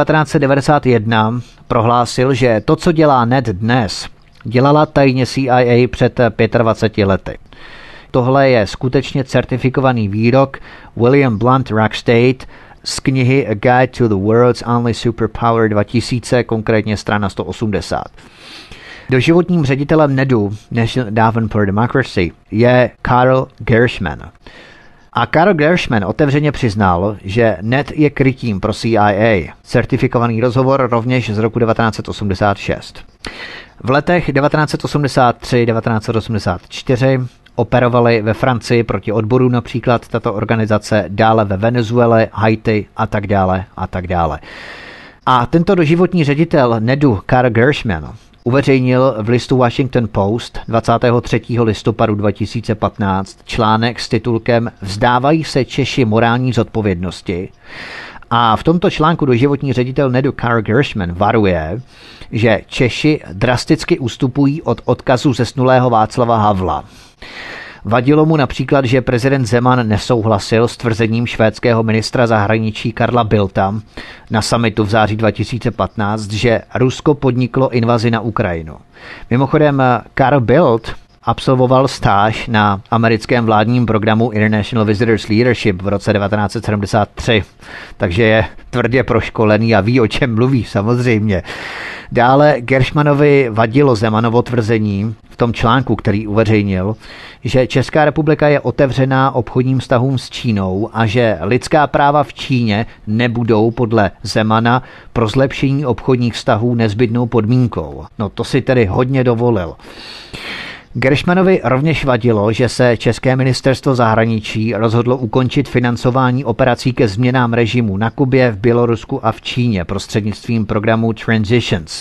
1991 prohlásil, že to, co dělá NET dnes, dělala tajně CIA před 25 lety. Tohle je skutečně certifikovaný výrok William Blunt Rockstade z knihy A Guide to the World's Only Superpower 2000, konkrétně strana 180. Doživotním ředitelem NEDu, National Endowment for Democracy, je Carl Gershman. A Carl Gershman otevřeně přiznal, že NED je krytím pro CIA. Certifikovaný rozhovor rovněž z roku 1986. V letech 1983-1984 operovali ve Francii proti odboru například tato organizace, dále ve Venezuele, Haiti a tak dále a tak dále. A tento doživotní ředitel NEDu Carl Gershman uveřejnil v listu Washington Post 23. listopadu 2015 článek s titulkem Vzdávají se Češi morální zodpovědnosti. A v tomto článku doživotní ředitel NEDu Carl Gershman varuje, že Češi drasticky ustupují od odkazu zesnulého Václava Havla. Vadilo mu například, že prezident Zeman nesouhlasil s tvrzením švédského ministra zahraničí Karla Bildta na summitu v září 2015, že Rusko podniklo invazi na Ukrajinu. Mimochodem, Karl Bildt absolvoval stáž na americkém vládním programu International Visitors Leadership v roce 1973, takže je tvrdě proškolený a ví, o čem mluví, samozřejmě. Dále Gershmanovi vadilo Zemanovo tvrzení v tom článku, který uveřejnil, že Česká republika je otevřená obchodním vztahům s Čínou a že lidská práva v Číně nebudou podle Zemana pro zlepšení obchodních vztahů nezbytnou podmínkou. No to si tedy hodně dovolil. Gershmanovi rovněž vadilo, že se České ministerstvo zahraničí rozhodlo ukončit financování operací ke změnám režimu na Kubě, v Bělorusku a v Číně prostřednictvím programu Transitions.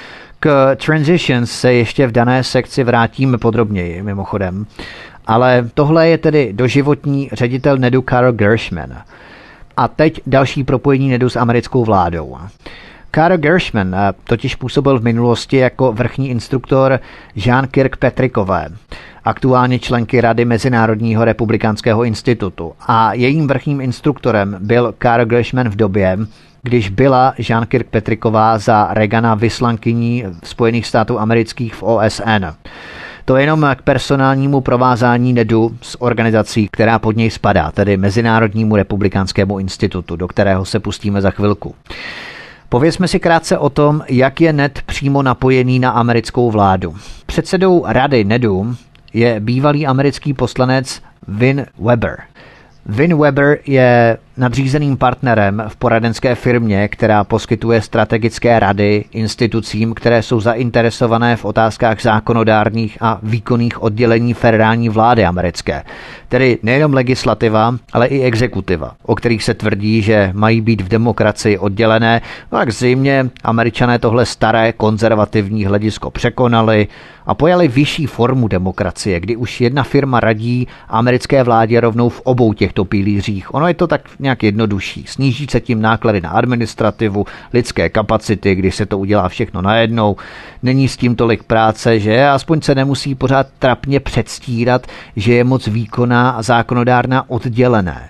K Transitions se ještě v dané sekci vrátíme podrobněji, mimochodem. Ale tohle je tedy doživotní ředitel NEDu Carl Gershman. A teď další propojení NEDu s americkou vládou. Carl Gershman totiž působil v minulosti jako vrchní instruktor Jean Kirkpatrickové, aktuálně členky Rady Mezinárodního republikánského institutu. A jejím vrchním instruktorem byl Carl Gershman v době, když byla Jean Kirkpatricková za Reagana vyslankyní Spojených států amerických v OSN. To jenom k personálnímu provázání NEDu s organizací, která pod něj spadá, tedy Mezinárodnímu republikánskému institutu, do kterého se pustíme za chvilku. Povězme si krátce o tom, jak je NED přímo napojený na americkou vládu. Předsedou rady NEDu je bývalý americký poslanec Vin Weber. Vin Weber je nadřízeným partnerem v poradenské firmě, která poskytuje strategické rady institucím, které jsou zainteresované v otázkách zákonodárných a výkonných oddělení federální vlády americké. Tedy nejenom legislativa, ale i exekutiva, o kterých se tvrdí, že mají být v demokracii oddělené. No tak zřejmě Američané tohle staré konzervativní hledisko překonali a pojali vyšší formu demokracie, kdy už jedna firma radí americké vládě rovnou v obou těchto pilířích. Ono je to tak nějak jednodušší. Sníží se tím náklady na administrativu, lidské kapacity, když se to udělá všechno najednou. Není s tím tolik práce, že aspoň se nemusí pořád trapně předstírat, že je moc výkonná a zákonodárná oddělené.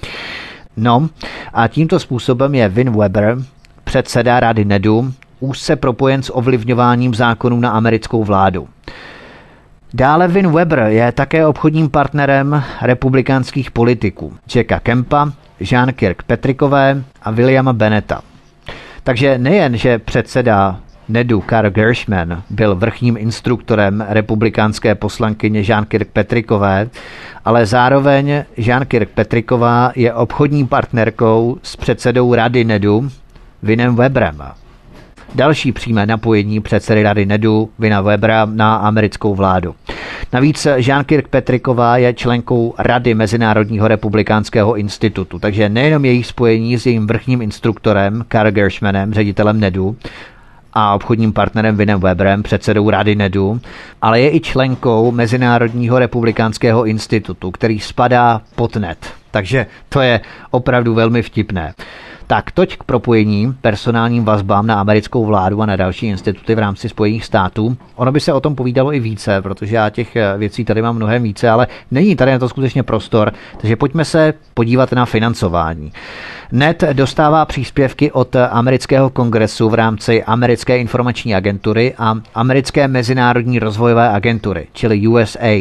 No a tímto způsobem je Vin Weber, předseda rady NEDu, úzce propojen s ovlivňováním zákonů na americkou vládu. Dále Vin Weber je také obchodním partnerem republikánských politiků Jacka Kempa, Jean Kirkpatrickové a Williama Bennetta. Takže nejen, že předseda NEDu Carl Gershman byl vrchním instruktorem republikánské poslankyně Jean Kirkpatrickové, ale zároveň Jean Kirkpatricková je obchodní partnerkou s předsedou rady NEDu Vinem Weberem. Další přímé napojení předsedy rady NEDu Vina Webera na americkou vládu. Navíc Jean Kirkpatricková je členkou Rady Mezinárodního republikánského institutu, takže nejenom její spojení s jejím vrchním instruktorem Carl Gershmanem, ředitelem NEDu, a obchodním partnerem Vinem Weberem, předsedou rady NEDu, ale je i členkou Mezinárodního republikánského institutu, který spadá pod NED. Takže to je opravdu velmi vtipné. Tak toť k propojení, personálním vazbám na americkou vládu a na další instituty v rámci Spojených států. Ono by se o tom povídalo i více, protože já těch věcí tady mám mnohem více, ale není tady na to skutečně prostor, takže pojďme se podívat na financování. NED dostává příspěvky od amerického kongresu v rámci Americké informační agentury a Americké mezinárodní rozvojové agentury, čili USAID.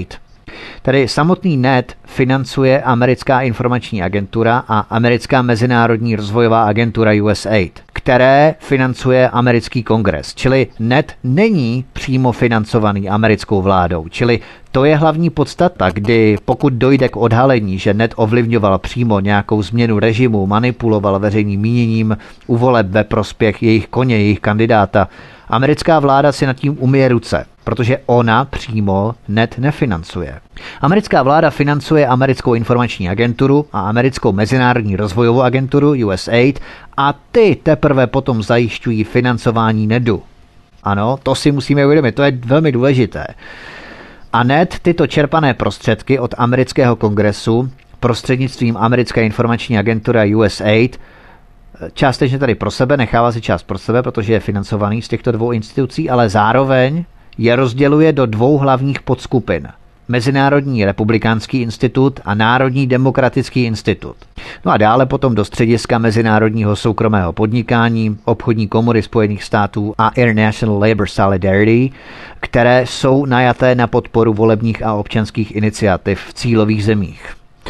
Tedy samotný NET financuje americká informační agentura a americká mezinárodní rozvojová agentura USAID, které financuje americký kongres. Čili NET není přímo financovaný americkou vládou. Čili to je hlavní podstata, kdy pokud dojde k odhalení, že NET ovlivňoval přímo nějakou změnu režimu, manipuloval veřejným míněním u voleb ve prospěch jejich koně, jejich kandidáta, americká vláda si nad tím umyje ruce, protože ona přímo NET nefinancuje. Americká vláda financuje americkou informační agenturu a americkou mezinárodní rozvojovou agenturu USAID a ty teprve potom zajišťují financování NEDu. Ano, to si musíme uvědomit, to je velmi důležité. A NET tyto čerpané prostředky od amerického kongresu prostřednictvím americké informační agentury USAID částečně tady pro sebe, nechává si část pro sebe, protože je financovaný z těchto dvou institucí, ale zároveň je rozděluje do dvou hlavních podskupin. Mezinárodní republikánský institut a Národní demokratický institut. No a dále potom do střediska mezinárodního soukromého podnikání, obchodní komory Spojených států a International Labor Solidarity, které jsou najaté na podporu volebních a občanských iniciativ v cílových zemích.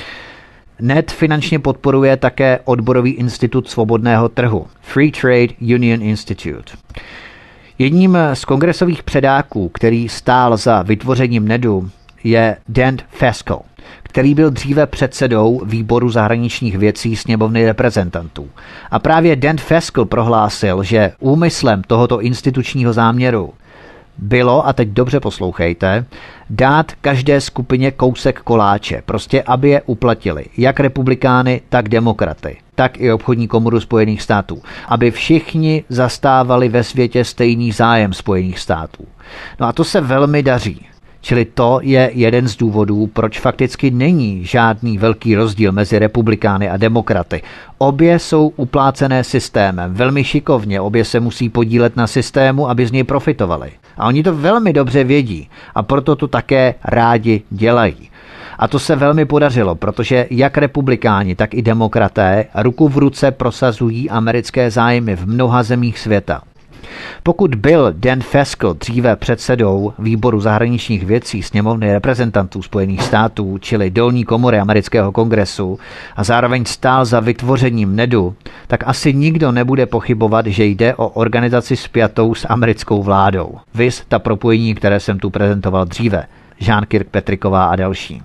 NET finančně podporuje také odborový institut svobodného trhu, Free Trade Union Institute. Jedním z kongresových předáků, který stál za vytvořením NEDu, je Dan Feskel, který byl dříve předsedou výboru zahraničních věcí sněmovny reprezentantů. A právě Dan Feskel prohlásil, že úmyslem tohoto institučního záměru bylo, a teď dobře poslouchejte, dát každé skupině kousek koláče, prostě aby je uplatili, jak republikány, tak demokraty, tak i obchodní komoru Spojených států, aby všichni zastávali ve světě stejný zájem Spojených států. No a to se velmi daří. Čili to je jeden z důvodů, proč fakticky není žádný velký rozdíl mezi republikány a demokraty. Obě jsou uplácené systémem, velmi šikovně, obě se musí podílet na systému, aby z něj profitovali. A oni to velmi dobře vědí a proto to také rádi dělají. A to se velmi podařilo, protože jak republikáni, tak i demokraté ruku v ruce prosazují americké zájmy v mnoha zemích světa. Pokud byl Dan Feskel dříve předsedou výboru zahraničních věcí sněmovny reprezentantů Spojených států, čili dolní komory amerického kongresu, a zároveň stál za vytvořením NEDu, tak asi nikdo nebude pochybovat, že jde o organizaci spjatou s americkou vládou. Viz ta propojení, které jsem tu prezentoval dříve. Jean Kirkpatricková a další.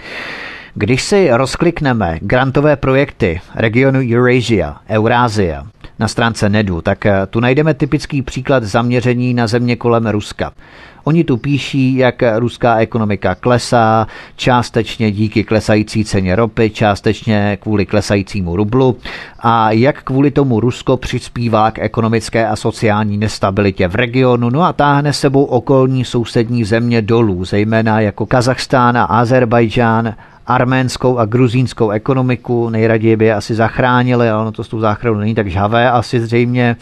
Když si rozklikneme grantové projekty regionu Eurásia na stránce NEDu, tak tu najdeme typický příklad zaměření na země kolem Ruska. Oni tu píší, jak ruská ekonomika klesá, částečně díky klesající ceně ropy, částečně kvůli klesajícímu rublu a jak kvůli tomu Rusko přispívá k ekonomické a sociální nestabilitě v regionu, no a táhne sebou okolní sousední země dolů, zejména jako Kazachstán a Azerbajdžán, arménskou a gruzínskou ekonomiku, nejraději by je asi zachránili, ale ono to s tou záchranou není tak žhavé asi zřejmě.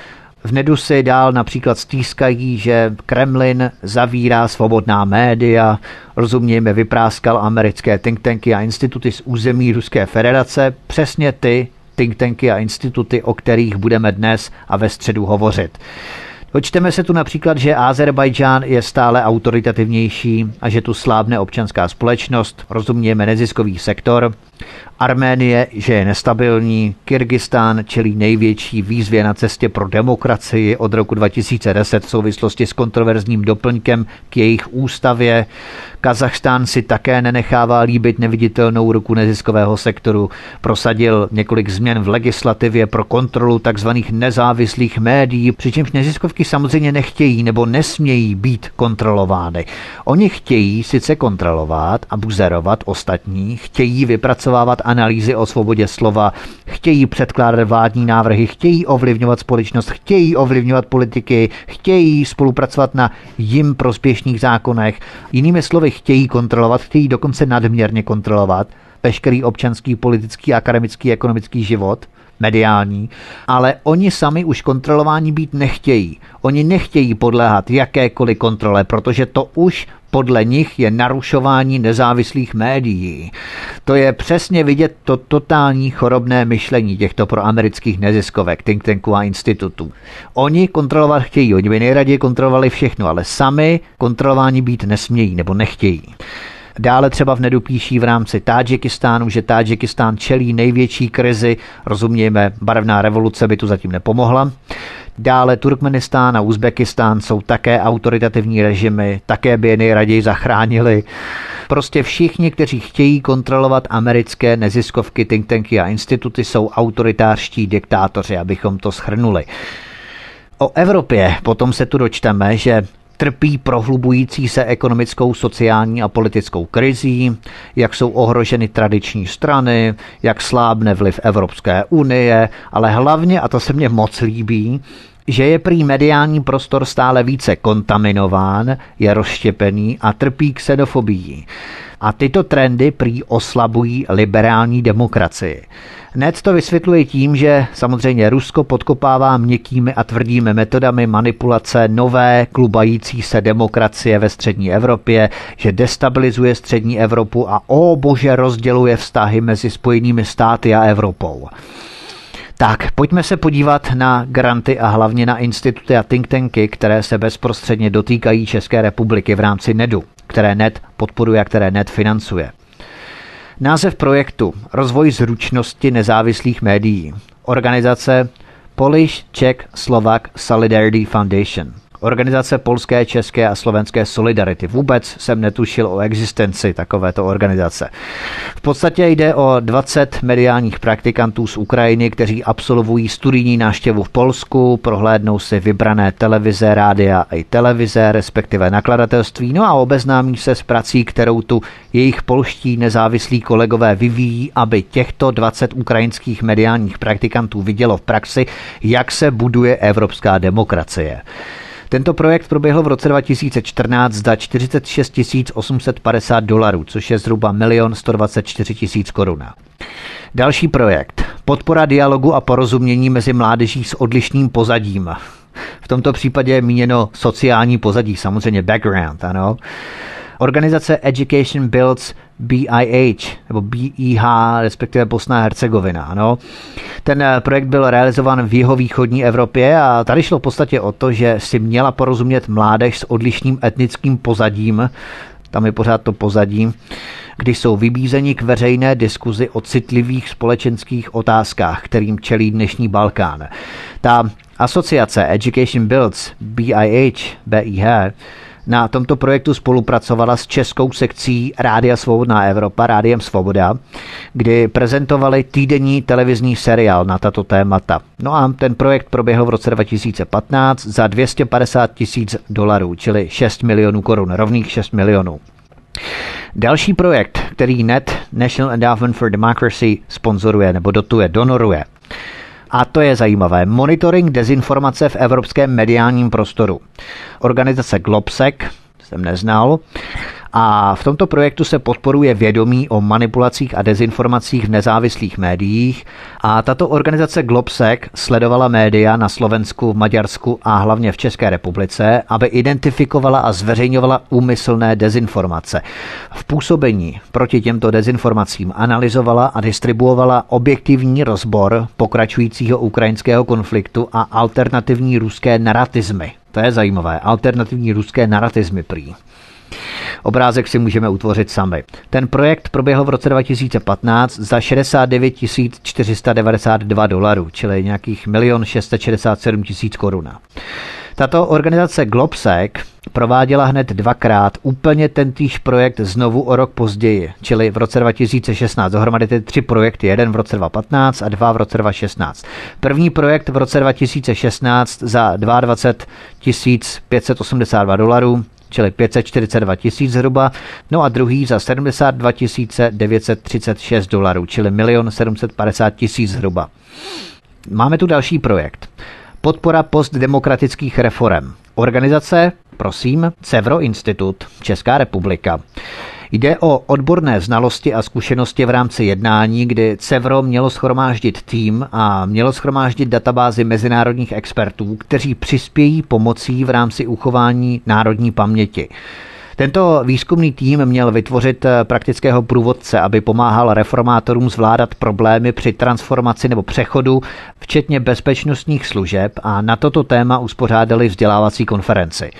V NEDu si dál například stýskají, že Kremlin zavírá svobodná média, rozumějme vypráskal americké think tanky a instituty z území Ruské federace, přesně ty think tanky a instituty, o kterých budeme dnes a ve středu hovořit. Dočteme se tu například, že Azerbajdžán je stále autoritativnější a že tu slábne občanská společnost, rozumějme neziskový sektor, Arménie, že je nestabilní, Kyrgyzstán čelí největší výzvě na cestě pro demokracii od roku 2010 v souvislosti s kontroverzním doplňkem k jejich ústavě, Kazachstán si také nenechává líbit neviditelnou ruku neziskového sektoru, prosadil několik změn v legislativě pro kontrolu tzv. Nezávislých médií, přičemž neziskovky samozřejmě nechtějí nebo nesmějí být kontrolovány. Oni chtějí sice kontrolovat a buzerovat ostatní, chtějí vypracovávat analýzy o svobodě slova, chtějí předkládat vládní návrhy, chtějí ovlivňovat společnost, chtějí ovlivňovat politiky, chtějí spolupracovat na jim prospěšných zákonech. Jinými slovy, chtějí kontrolovat, chtějí dokonce nadměrně kontrolovat veškerý občanský, politický, akademický, ekonomický život, mediální, ale oni sami už kontrolování být nechtějí. Oni nechtějí podléhat jakékoliv kontrole, protože to už podle nich je narušování nezávislých médií. To je přesně vidět to totální chorobné myšlení těchto proamerických neziskovek, think tanků a institutů. Oni kontrolovat chtějí, oni by nejraději kontrolovali všechno, ale sami kontrolování být nesmějí nebo nechtějí. Dále třeba v Nedu píší v rámci Tádžikistánu, že Tádžikistán čelí největší krizi, rozumějme, barevná revoluce by tu zatím nepomohla. Dále Turkmenistán a Uzbekistán jsou také autoritativní režimy, také by je nejraději zachránili. Prostě všichni, kteří chtějí kontrolovat americké neziskovky, think tanky a instituty, jsou autoritářští diktátoři, abychom to shrnuli. O Evropě potom se tu dočteme, že trpí prohlubující se ekonomickou, sociální a politickou krizí, jak jsou ohroženy tradiční strany, jak slábne vliv Evropské unie, ale hlavně, a to se mně moc líbí, že je prý mediální prostor stále více kontaminován, je rozštěpený a trpí xenofobií. A tyto trendy prý oslabují liberální demokracii. Net to vysvětluje tím, že samozřejmě Rusko podkopává měkkými a tvrdými metodami manipulace nové klubající se demokracie ve střední Evropě, že destabilizuje střední Evropu a rozděluje vztahy mezi Spojenými státy a Evropou. Tak, pojďme se podívat na granty a hlavně na instituty a think tanky, které se bezprostředně dotýkají České republiky v rámci NEDu, které NED podporuje a které NED financuje. Název projektu Rozvoj zručnosti nezávislých médií. Organizace Polish Czech Slovak Solidarity Foundation. Organizace polské, české a slovenské solidarity. Vůbec jsem netušil o existenci takovéto organizace. V podstatě jde o 20 mediálních praktikantů z Ukrajiny, kteří absolvují studijní návštěvu v Polsku, prohlédnou si vybrané televize, rádia i televize, respektive nakladatelství, no a obeznámí se s prací, kterou tu jejich polští nezávislí kolegové vyvíjí, aby těchto 20 ukrajinských mediálních praktikantů vidělo v praxi, jak se buduje evropská demokracie. Tento projekt proběhl v roce 2014 za $46 850, což je zhruba 1 124 000 korun. Další projekt. Podpora dialogu a porozumění mezi mládeží s odlišným pozadím. V tomto případě je míněno sociální pozadí, samozřejmě background, ano. Organizace Education Builds BIH, nebo BIH, respektive Bosna a Hercegovina. Ano. Ten projekt byl realizován v jihovýchodní Evropě a tady šlo v podstatě o to, že si měla porozumět mládež s odlišným etnickým pozadím, tam je pořád to pozadí, kdy jsou vybízeni k veřejné diskuzi o citlivých společenských otázkách, kterým čelí dnešní Balkán. Ta asociace Education Builds BIH, na tomto projektu spolupracovala s českou sekcí Rádia Svobodná Evropa, Rádiem Svoboda, kdy prezentovali týdenní televizní seriál na tato témata. No a ten projekt proběhl v roce 2015 za $250 000, čili 6 milionů korun, rovných 6 milionů. Další projekt, který NED, National Endowment for Democracy, sponzoruje nebo dotuje, donoruje. A to je zajímavé. Monitoring dezinformace v evropském mediálním prostoru. Organizace Globsec, jsem neznal, a v tomto projektu se podporuje vědomí o manipulacích a dezinformacích v nezávislých médiích a tato organizace Globsec sledovala média na Slovensku, v Maďarsku a hlavně v České republice, aby identifikovala a zveřejňovala úmyslné dezinformace. V působení proti těmto dezinformacím analyzovala a distribuovala objektivní rozbor pokračujícího ukrajinského konfliktu a alternativní ruské narratizmy. To je zajímavé, alternativní ruské narratizmy prý. Obrázek si můžeme utvořit sami. Ten projekt proběhl v roce 2015 za $69 492, čili nějakých 1 667 000 korun. Tato organizace Globsec prováděla hned dvakrát úplně tentýž projekt znovu o rok později, čili v roce 2016. Dohromady ty 3 projekty, jeden v roce 2015 a 2 v roce 2016. První projekt v roce 2016 za $22 582, čili 542 000 zhruba, no a druhý za $72 936, čili 1 750 000 zhruba. Máme tu další projekt. Podpora postdemokratických reforem. Organizace, prosím, Cevro Institut, Česká republika. Jde o odborné znalosti a zkušenosti v rámci jednání, kdy Cevro mělo shromáždit tým a mělo shromáždit databázi mezinárodních expertů, kteří přispějí pomocí v rámci uchování národní paměti. Tento výzkumný tým měl vytvořit praktického průvodce, aby pomáhal reformátorům zvládat problémy při transformaci nebo přechodu, včetně bezpečnostních služeb, a na toto téma uspořádali vzdělávací konferenci.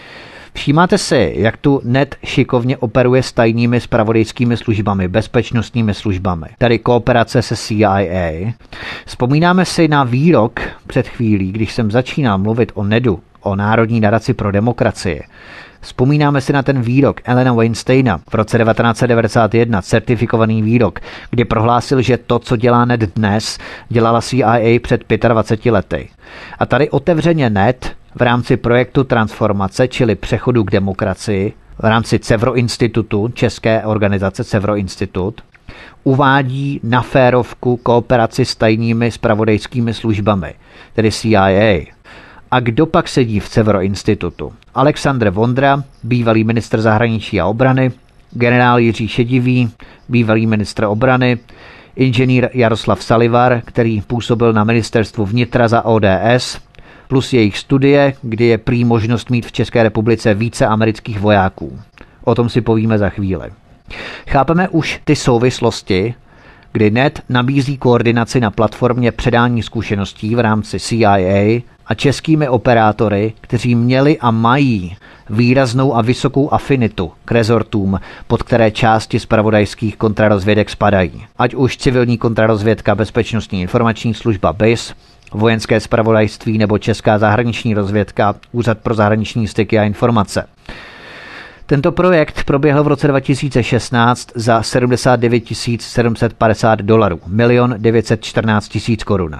Všímáte si, jak tu NET šikovně operuje s tajnými zpravodajskými službami, bezpečnostními službami, tady kooperace se CIA. Vzpomínáme si na výrok před chvílí, když jsem začínal mluvit o NEDu, o Národní nadaci pro demokracii. Vzpomínáme si na ten výrok Elena Weinsteina v roce 1991, certifikovaný výrok, kdy prohlásil, že to, co dělá NET dnes, dělala CIA před 25 lety. A tady otevřeně NET v rámci projektu transformace, čili přechodu k demokracii, v rámci Cevro institutu, české organizace Cevro institut, uvádí na férovku kooperaci s tajnými zpravodajskými službami, tedy CIA. A kdo pak sedí v Cevro institutu? Alexandr Vondra, bývalý ministr zahraničí a obrany, generál Jiří Šedivý, bývalý ministr obrany, inženýr Jaroslav Salivar, který působil na ministerstvu vnitra za ODS, plus jejich studie, kdy je prý možnost mít v České republice více amerických vojáků. O tom si povíme za chvíli. Chápeme už ty souvislosti, kdy NET nabízí koordinaci na platformě předání zkušeností v rámci CIA a českými operátory, kteří měli a mají výraznou a vysokou afinitu k rezortům, pod které části zpravodajských kontrarozvědek spadají. Ať už civilní kontrarozvědka, bezpečnostní informační služba BIS, vojenské zpravodajství nebo Česká zahraniční rozvědka, Úřad pro zahraniční styky a informace. Tento projekt proběhl v roce 2016 za $79 750, $1 914 000 korun.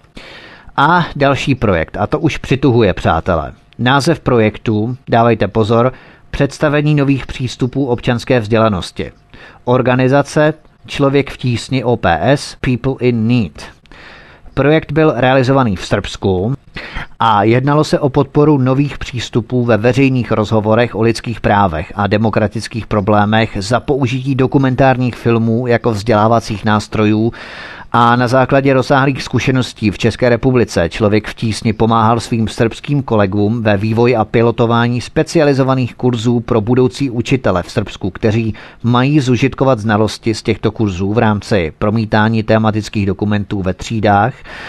A další projekt, a to už přituhuje, přátelé. Název projektu, dávejte pozor, představení nových přístupů občanské vzdělanosti. Organizace Člověk v tísni OPS, People in Need. Projekt byl realizovaný v Srbsku a jednalo se o podporu nových přístupů ve veřejných rozhovorech o lidských právech a demokratických problémech za použití dokumentárních filmů jako vzdělávacích nástrojů a na základě rozsáhlých zkušeností v České republice Člověk v tísni pomáhal svým srbským kolegům ve vývoji a pilotování specializovaných kurzů pro budoucí učitele v Srbsku, kteří mají zužitkovat znalosti z těchto kurzů v rámci promítání tematických dokumentů ve třídách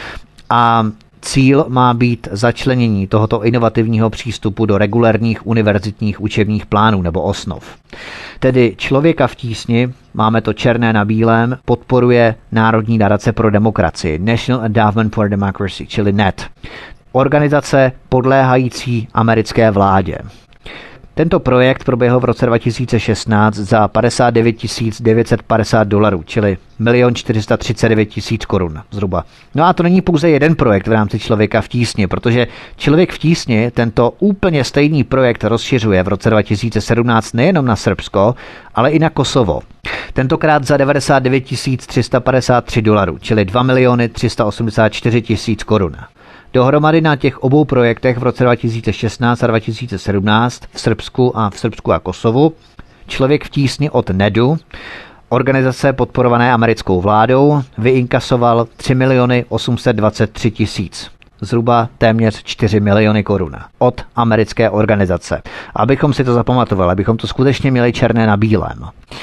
a cíl má být začlenění tohoto inovativního přístupu do regulérních univerzitních učebních plánů nebo osnov. Tedy Člověka v tísni, máme to černé na bílém, podporuje Národní nadace pro demokracii, National Endowment for Democracy, čili NET, organizace podléhající americké vládě. Tento projekt proběhl v roce 2016 za $59 950, čili $1 439 000 korun zhruba. No a to není pouze jeden projekt v rámci Člověka v tísni, protože Člověk v tísni tento úplně stejný projekt rozšiřuje v roce 2017 nejenom na Srbsko, ale i na Kosovo. Tentokrát za $99 353, čili $2 384 000 korun. Dohromady na těch obou projektech v roce 2016 a 2017 v Srbsku a Kosovu Člověk v tísni od NEDu, organizace podporované americkou vládou, vyinkasoval 3 823 000, zhruba téměř 4 miliony korun od americké organizace. Abychom si to zapamatovali, abychom to skutečně měli černé na bílém.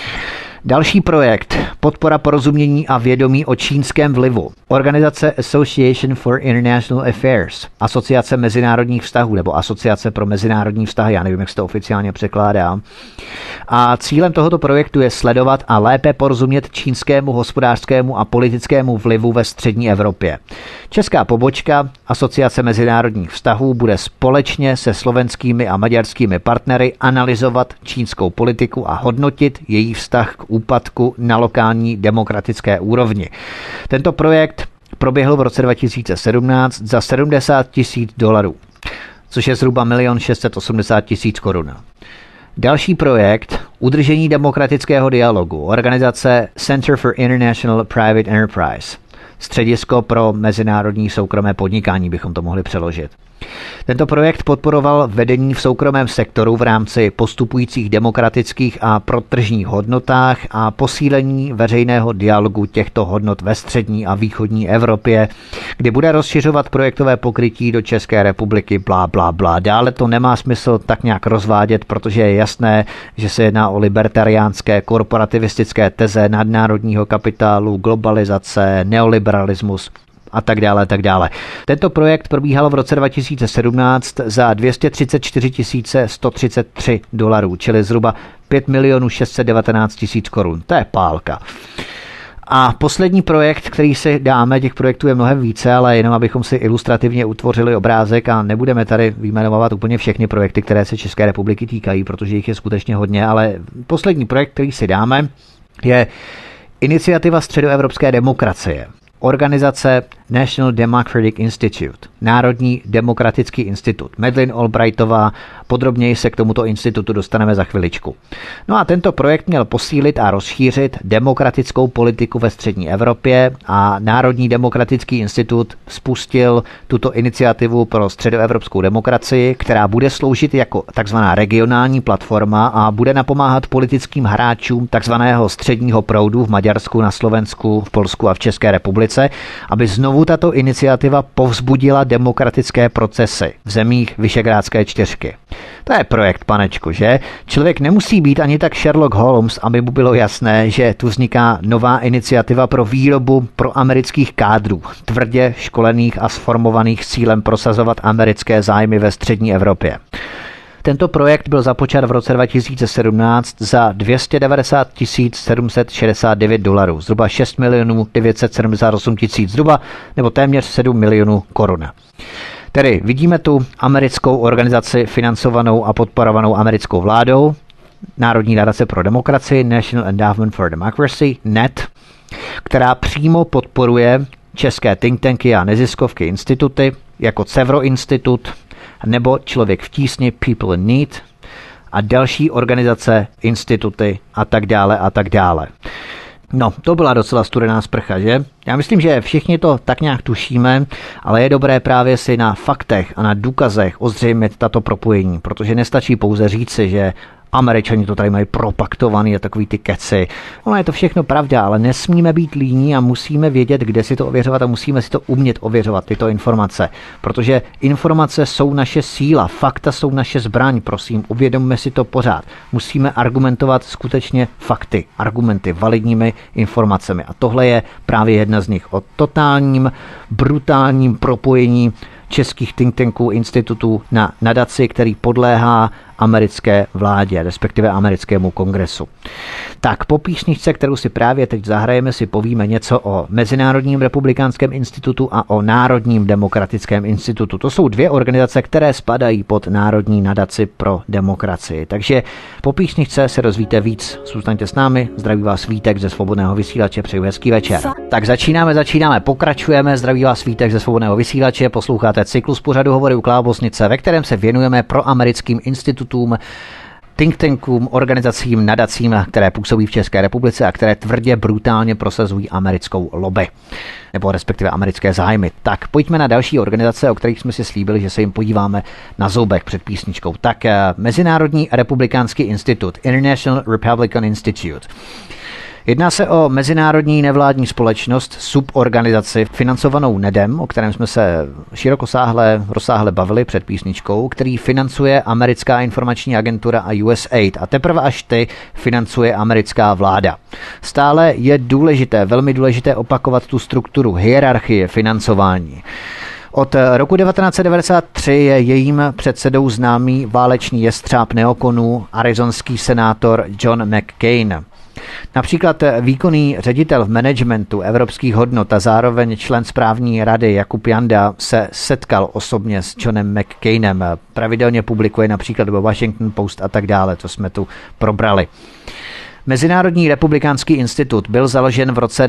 Další projekt, podpora porozumění a vědomí o čínském vlivu. Organizace Association for International Affairs, Asociace mezinárodních vztahů nebo Asociace pro mezinárodní vztahy, já nevím, jak se to oficiálně překládá. A cílem tohoto projektu je sledovat a lépe porozumět čínskému hospodářskému a politickému vlivu ve střední Evropě. Česká pobočka Asociace mezinárodních vztahů bude společně se slovenskými a maďarskými partnery analyzovat čínskou politiku a hodnotit její vztah k úpadku na lokální demokratické úrovni. Tento projekt proběhl v roce 2017 za $70 000, což je zhruba $1 680 000 korun. Další projekt, udržení demokratického dialogu, organizace Center for International Private Enterprise, středisko pro mezinárodní soukromé podnikání bychom to mohli přeložit. Tento projekt podporoval vedení v soukromém sektoru v rámci postupujících demokratických a protržních hodnotách a posílení veřejného dialogu těchto hodnot ve střední a východní Evropě, kdy bude rozšiřovat projektové pokrytí do České republiky, blá, blá, blá. Dále to nemá smysl tak nějak rozvádět, protože je jasné, že se jedná o libertariánské korporativistické teze nadnárodního kapitálu, globalizace, neoliberalismus a tak dále, tak dále. Tento projekt probíhal v roce 2017 za $234 133, čili zhruba 5 619 000 korun. To je pálka. A poslední projekt, který si dáme, těch projektů je mnohem více, ale jenom abychom si ilustrativně utvořili obrázek a nebudeme tady vyjmenovat úplně všechny projekty, které se České republiky týkají, protože jich je skutečně hodně, ale poslední projekt, který si dáme, je Iniciativa středoevropské demokracie. Organizace National Democratic Institute, Národní demokratický institut. Madeleine Albrightová, podrobněji se k tomuto institutu dostaneme za chviličku. No a tento projekt měl posílit a rozšířit demokratickou politiku ve střední Evropě a Národní demokratický institut spustil tuto iniciativu pro středoevropskou demokracii, která bude sloužit jako takzvaná regionální platforma a bude napomáhat politickým hráčům takzvaného středního proudu v Maďarsku, na Slovensku, v Polsku a v České republice, aby znovu tato iniciativa povzbudila demokratické procesy v zemích Visegrádské čtyřky. To je projekt, panečku, že? Člověk nemusí být ani tak Sherlock Holmes, aby mu bylo jasné, že tu vzniká nová iniciativa pro výrobu proamerických kádrů, tvrdě školených a sformovaných s cílem prosazovat americké zájmy ve střední Evropě. Tento projekt byl započat v roce 2017 za $290 769, zhruba 6 978 000 zhruba, nebo téměř 7 milionů korun. Tedy vidíme tu americkou organizaci financovanou a podporovanou americkou vládou, Národní nadace pro demokracii, National Endowment for Democracy, NED, která přímo podporuje české think tanky a neziskovky instituty, jako Cevro institut, nebo Člověk v tísni, People in Need, a další organizace, instituty a tak dále a tak dále. No, to byla docela studená sprcha, že? Já myslím, že všichni to tak nějak tušíme, ale je dobré právě si na faktech a na důkazech ozřejmit tato propojení, protože nestačí pouze říci, že Američani to tady mají propaktovaný a takový ty keci. Ono je to všechno pravda, ale nesmíme být líní a musíme vědět, kde si to ověřovat a musíme si to umět ověřovat, tyto informace. Protože informace jsou naše síla, fakta jsou naše zbraň, prosím, uvědomme si to pořád. Musíme argumentovat skutečně fakty, argumenty, validními informacemi. A tohle je právě jedna z nich. O totálním, brutálním propojení českých think tanků, institutů na nadaci, který podléhá americké vládě, respektive americkému kongresu. Tak po písničce, kterou si právě teď zahrajeme, si povíme něco o Mezinárodním republikánském institutu a o Národním demokratickém institutu. To jsou dvě organizace, které spadají pod Národní nadaci pro demokracii. Takže po písničce se dozvíte víc. Zůstaňte s námi. Zdraví vás Vítek ze Svobodného vysílače. Přeju hezký večer. Tak začínáme, pokračujeme. Zdraví vás Vítek ze Svobodného vysílače. Posloucháte cyklus pořadu Hovory u Klábosnice, ve kterém se věnujeme proamerickým institutům, think tankům, organizacím, nadacím, které působí v České republice a které tvrdě, brutálně prosazují americkou lobby, nebo respektive americké zájmy. Tak pojďme na další organizace, o kterých jsme si slíbili, že se jim podíváme na zoubek před písničkou. Tak Mezinárodní republikánský institut, International Republican Institute. Jedná se o mezinárodní nevládní společnost, suborganizaci financovanou NEDem, o kterém jsme se rozsáhle bavili před písničkou, který financuje americká informační agentura a USAID a teprve až ty financuje americká vláda. Stále je důležité, velmi důležité opakovat tu strukturu hierarchie financování. Od roku 1993 je jejím předsedou známý válečný jestřáb neokonů, arizonský senátor John McCain. Například výkonný ředitel v managementu evropských hodnot a zároveň člen správní rady Jakub Janda se setkal osobně s Johnem McCainem. Pravidelně publikuje například ve Washington Post a tak dále, to jsme tu probrali. Mezinárodní republikánský institut byl založen v roce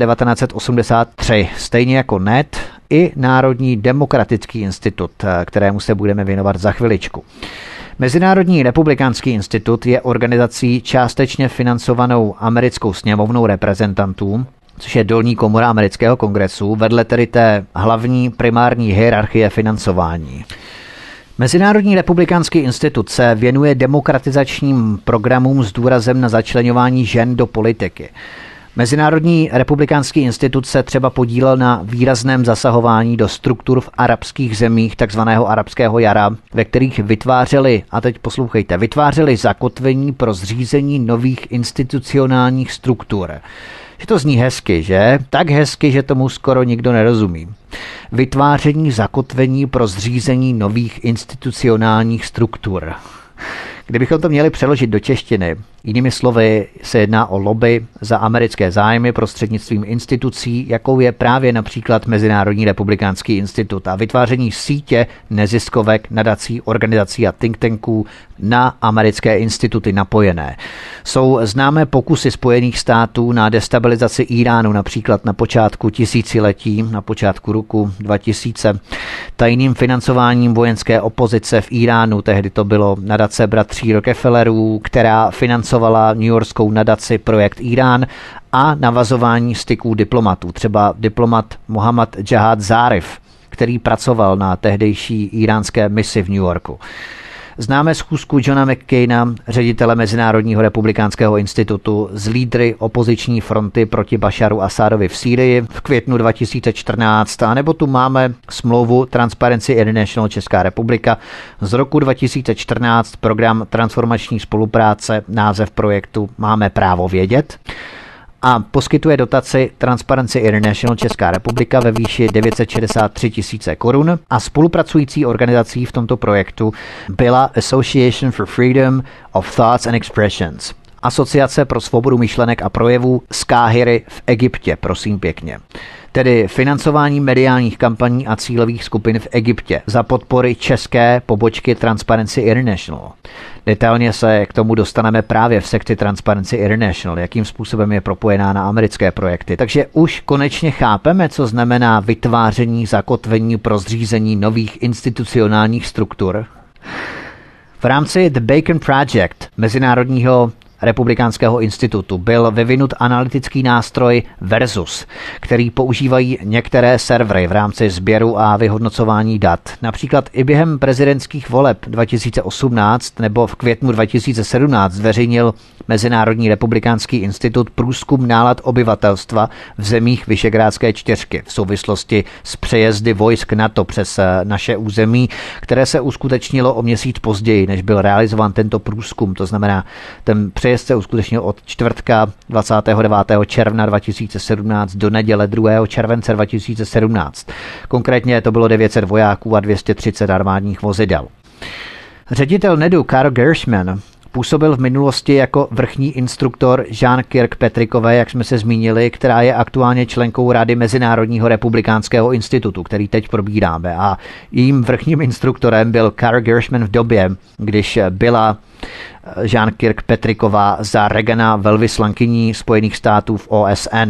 1983, stejně jako NED i Národní demokratický institut, kterému se budeme věnovat za chviličku. Mezinárodní republikánský institut je organizací částečně financovanou americkou sněmovnou reprezentantů, což je dolní komora amerického kongresu, vedle tedy té hlavní primární hierarchie financování. Mezinárodní republikánský institut se věnuje demokratizačním programům s důrazem na začleňování žen do politiky. Mezinárodní republikánský institut se třeba podílel na výrazném zasahování do struktur v arabských zemích takzvaného arabského jara, ve kterých vytvářeli vytvářeli zakotvení pro zřízení nových institucionálních struktur. Že to zní hezky, že? Tak hezky, že tomu skoro nikdo nerozumí. Vytváření zakotvení pro zřízení nových institucionálních struktur. Kdybychom to měli přeložit do češtiny, jinými slovy se jedná o lobby za americké zájmy prostřednictvím institucí, jakou je právě například Mezinárodní republikánský institut a vytváření sítě neziskovek, nadací, organizací a think tanků na americké instituty napojené. Jsou známé pokusy Spojených států na destabilizaci Iránu, například na počátku tisíciletí, na počátku roku 2000, tajným financováním vojenské opozice v Iránu, tehdy to bylo nadace bratří Rockefellerů, která financovala newyorskou nadaci Projekt Irán a navazování styků diplomatů. Třeba diplomat Mohammad Javad Zarif, který pracoval na tehdejší iránské misi v New Yorku. Známe schůzku Johna McCaina, ředitele Mezinárodního republikánského institutu, s lídry opoziční fronty proti Basharu Asadovi v Sýrii v květnu 2014, anebo tu máme smlouvu Transparency International Česká republika z roku 2014, program transformační spolupráce, název projektu Máme právo vědět. A poskytuje dotaci Transparency International Česká republika ve výši 963 000 korun a spolupracující organizací v tomto projektu byla Association for Freedom of Thoughts and Expressions, Asociace pro svobodu myšlenek a projevů z Káhiry v Egyptě, prosím pěkně. Tedy financování mediálních kampaní a cílových skupin v Egyptě za podpory české pobočky Transparency International. Detailně se k tomu dostaneme právě v sekci Transparency International, jakým způsobem je propojená na americké projekty. Takže už konečně chápeme, co znamená vytváření zakotvení pro zřízení nových institucionálních struktur. V rámci The Bacon Project, Mezinárodního republikánského institutu, byl vyvinut analytický nástroj Versus, který používají některé servery v rámci sběru a vyhodnocování dat. Například i během prezidentských voleb 2018 nebo v květnu 2017 zveřejnil Mezinárodní republikánský institut průzkum nálad obyvatelstva v zemích Visegrádské čtyřky v souvislosti s přejezdy vojsk NATO přes naše území, které se uskutečnilo o měsíc později, než byl realizován tento průzkum. To znamená, ten přejezd se uskutečnil od čtvrtka 29. června 2017 do neděle 2. července 2017. Konkrétně to bylo 900 vojáků a 230 armádních vozidel. Ředitel NEDu Carl Gershman působil v minulosti jako vrchní instruktor Jean Kirkpatrickové, jak jsme se zmínili, která je aktuálně členkou Rady Mezinárodního republikánského institutu, který teď probíráme. A jejím vrchním instruktorem byl Carl Gershman v době, když byla Jean Kirkpatricková za Reagana velvyslankyní Spojených států v OSN.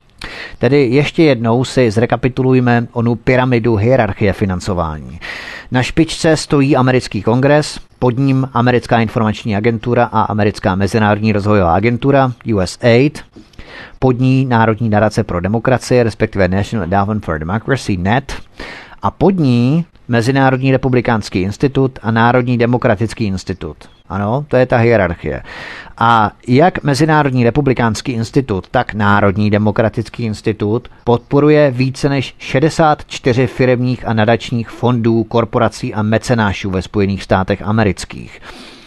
Tedy ještě jednou si zrekapitulujme onu pyramidu hierarchie financování. Na špičce stojí americký kongres, pod ním americká informační agentura a americká mezinárodní rozvojová agentura USAID, pod ní Národní nadace pro demokracii, respektive National Endowment for Democracy, NED, a pod ní Mezinárodní republikánský institut a Národní demokratický institut. Ano, to je ta hierarchie. A jak Mezinárodní republikánský institut, tak Národní demokratický institut podporuje více než 64 firemních a nadačních fondů, korporací a mecenášů ve Spojených státech amerických.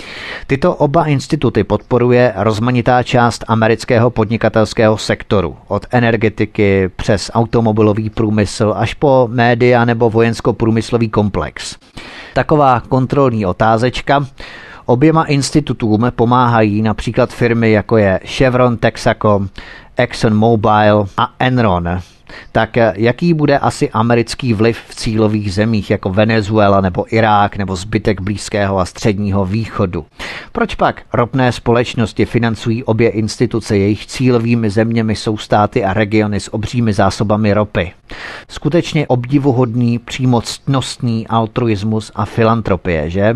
Tyto oba instituty podporuje rozmanitá část amerického podnikatelského sektoru, od energetiky přes automobilový průmysl až po média nebo vojensko-průmyslový komplex. Taková kontrolní otázečka. Oběma institutům pomáhají například firmy jako je Chevron, Texaco, ExxonMobil a Enron. Tak jaký bude asi americký vliv v cílových zemích jako Venezuela nebo Irák nebo zbytek Blízkého a Středního východu? Proč pak ropné společnosti financují obě instituce, jejich cílovými zeměmi jsou státy a regiony s obřími zásobami ropy? Skutečně obdivuhodný, přímo ctnostný altruismus a filantropie, že?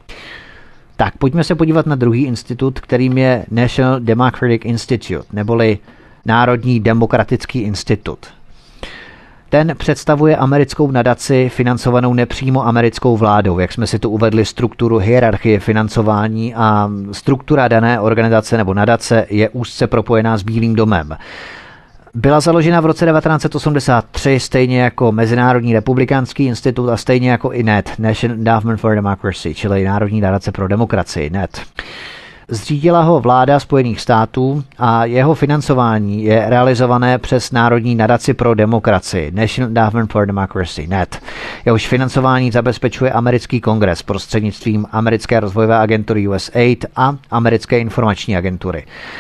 Tak pojďme se podívat na druhý institut, kterým je National Democratic Institute, neboli Národní demokratický institut. Ten představuje americkou nadaci financovanou nepřímo americkou vládou, jak jsme si tu uvedli strukturu hierarchie financování, a struktura dané organizace nebo nadace je úzce propojená s Bílým domem. Byla založena v roce 1983 stejně jako Mezinárodní republikánský institut a stejně jako i NED, National Endowment for Democracy, čili Národní nadace pro demokracii, NED. Zřídila ho vláda Spojených států a jeho financování je realizované přes Národní nadaci pro demokracii National Endowment for Democracy, NED. Jehož financování zabezpečuje americký kongres prostřednictvím americké rozvojové agentury USAID a americké informační agentury.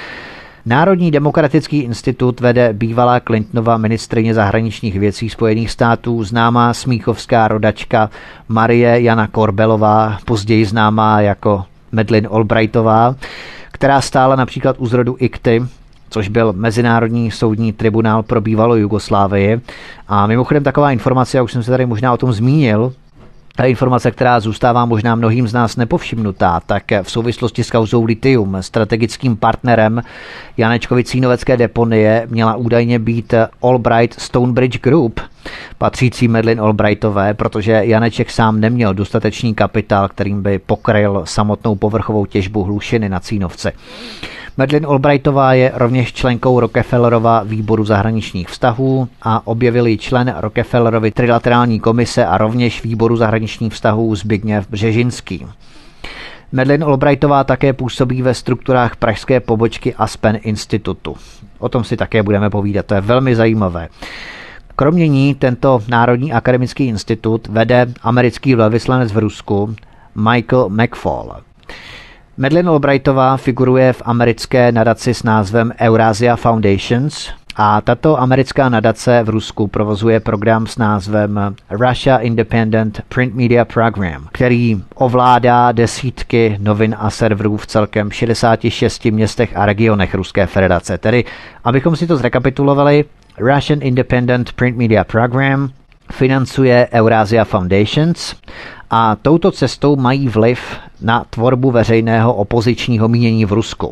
Národní demokratický institut vede bývalá Clintonova ministryně zahraničních věcí Spojených států, známá smíchovská rodačka Marie Jana Korbelová, později známá jako Madeleine Albrightová, která stála například u zrodu ICTY, což byl Mezinárodní soudní tribunál pro bývalou Jugoslávii. A mimochodem taková informace, já už jsem se tady možná o tom zmínil, ta informace, která zůstává možná mnohým z nás nepovšimnutá, tak v souvislosti s kauzou Lithium strategickým partnerem Janečkovy cínovecké deponie měla údajně být Albright Stonebridge Group, patřící Madeleine Albrightové, protože Janeček sám neměl dostatečný kapitál, kterým by pokryl samotnou povrchovou těžbu hlušiny na Cínovce. Madeleine Albrightová je rovněž členkou Rockefellerova výboru zahraničních vztahů a objevil ji člen Rockefellerovy trilaterální komise a rovněž výboru zahraničních vztahů Zbigněv Břežinský. Madeleine Albrightová také působí ve strukturách pražské pobočky Aspen Institutu. O tom si také budeme povídat, to je velmi zajímavé. Kromě ní tento Národní akademický institut vede americký velvyslanec v Rusku Michael McFaul. Madeleine Albrightová figuruje v americké nadaci s názvem Eurasia Foundations a tato americká nadace v Rusku provozuje program s názvem Russia Independent Print Media Program, který ovládá desítky novin a serverů v celkem 66 městech a regionech Ruské federace. Tedy, abychom si to zrekapitulovali, Russian Independent Print Media Program financuje Eurasia Foundations a touto cestou mají vliv na tvorbu veřejného opozičního mínění v Rusku.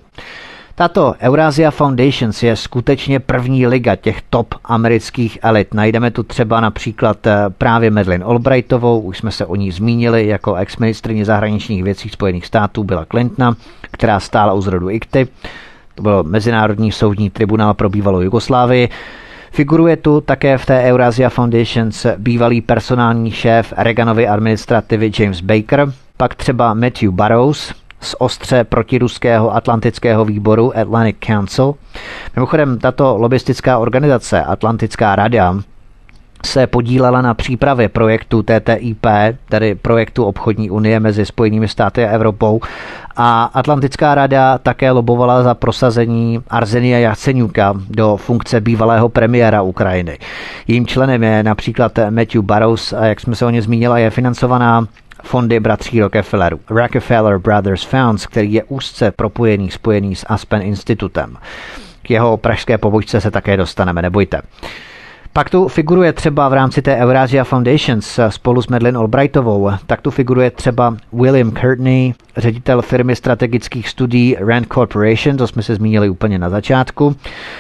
Tato Eurasia Foundations je skutečně první liga těch top amerických elit. Najdeme tu třeba například právě Madeleine Albrightovou, už jsme se o ní zmínili, jako ex-ministryně zahraničních věcí Spojených států Billa Clintona, která stála u zrodu ICTY. To byl Mezinárodní soudní tribunál pro bývalou Jugoslávii. Figuruje tu také v té Eurasia Foundations bývalý personální šéf Reaganovy administrativy James Baker, pak třeba Matthew Burrows z ostře protiruského atlantického výboru Atlantic Council. Mimochodem, tato lobistická organizace Atlantická rada se podílela na přípravě projektu TTIP, tedy projektu obchodní unie mezi Spojenými státy a Evropou, a Atlantická rada také lobovala za prosazení Arsenia Jaceňuka do funkce bývalého premiéra Ukrajiny. Jejím členem je například Matthew Burrows a jak jsme se o ně zmínila, je financovaná fondy bratří Rockefellerů, Rockefeller Brothers Funds, který je úzce spojený s Aspen Institutem. K jeho pražské pobočce se také dostaneme, nebojte. Pak tu figuruje třeba v rámci té Eurasia Foundations spolu s Madeleine Albrightovou, tak tu figuruje třeba William Courtney, ředitel firmy strategických studií Rand Corporation, to jsme se zmínili úplně na začátku.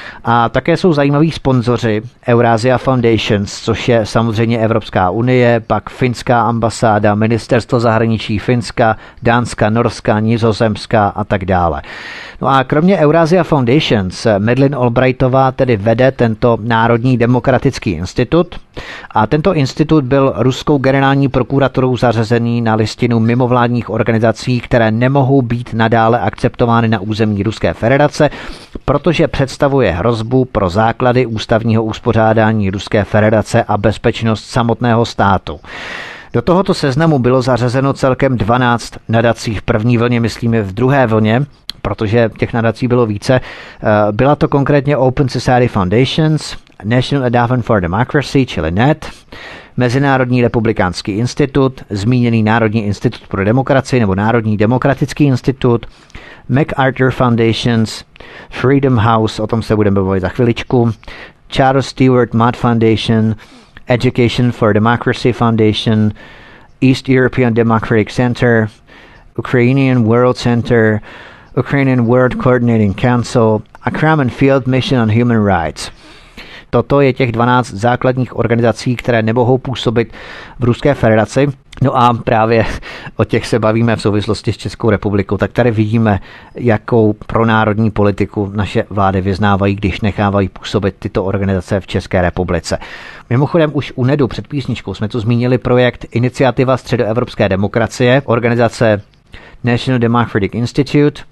A také jsou zajímaví sponzoři Eurasia Foundations, což je samozřejmě Evropská unie, pak finská ambasáda, ministerstvo zahraničí Finska, Dánska, Norska, Nizozemska a tak dále. No a kromě Eurasia Foundations Madeleine Albrightová tedy vede tento Národní demokratický institut a tento institut byl ruskou generální prokuraturou zařazený na listinu mimovládních organizací, které nemohou být nadále akceptovány na území Ruské federace, protože představuje hrozbu pro základy ústavního uspořádání Ruské federace a bezpečnost samotného státu. Do tohoto seznamu bylo zařazeno celkem 12 nadací v první vlně, myslíme v druhé vlně, protože těch nadací bylo více. Byla to konkrétně Open Society Foundations, National Endowment for Democracy, čili NED, Mezinárodní republikánský institut, zmíněný Národní institut pro demokracii nebo Národní demokratický institut, MacArthur Foundations, Freedom House, o tom se budeme bavit za chviličku, Charles Stewart Mott Foundation, Education for Democracy Foundation, East European Democratic Center, Ukrainian World Center, Ukrainian World Coordinating Council a Crumman Field Mission on Human Rights. Toto je těch 12 základních organizací, které nemohou působit v Ruské federaci. No a právě o těch se bavíme v souvislosti s Českou republikou. Tak tady vidíme, jakou pronárodní politiku naše vlády vyznávají, když nechávají působit tyto organizace v České republice. Mimochodem už u NEDu před písničkou jsme tu zmínili projekt Iniciativa středoevropské demokracie, organizace National Democratic Institute,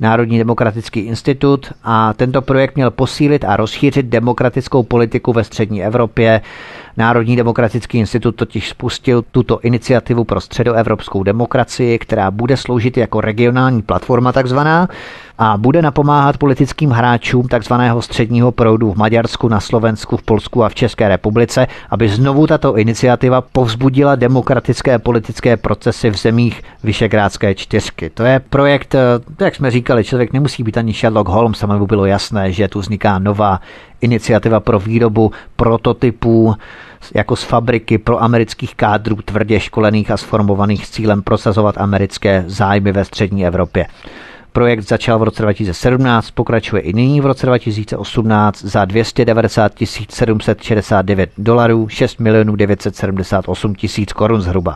Národní demokratický institut, a tento projekt měl posílit a rozšířit demokratickou politiku ve střední Evropě. Národní demokratický institut totiž spustil tuto iniciativu pro středoevropskou demokracii, která bude sloužit jako regionální platforma takzvaná a bude napomáhat politickým hráčům takzvaného středního proudu v Maďarsku, na Slovensku, v Polsku a v České republice, aby znovu tato iniciativa povzbudila demokratické politické procesy v zemích Visegrádské čtyřky. To je projekt, jak jsme říkali, člověk nemusí být ani Sherlock Holmes, aby mu bylo jasné, že tu vzniká nová iniciativa pro výrobu prototypů jako z fabriky pro amerických kádrů tvrdě školených a sformovaných s cílem prosazovat americké zájmy ve střední Evropě. Projekt začal v roce 2017, pokračuje i nyní v roce 2018 za $290 769, $6 978 000 korun zhruba.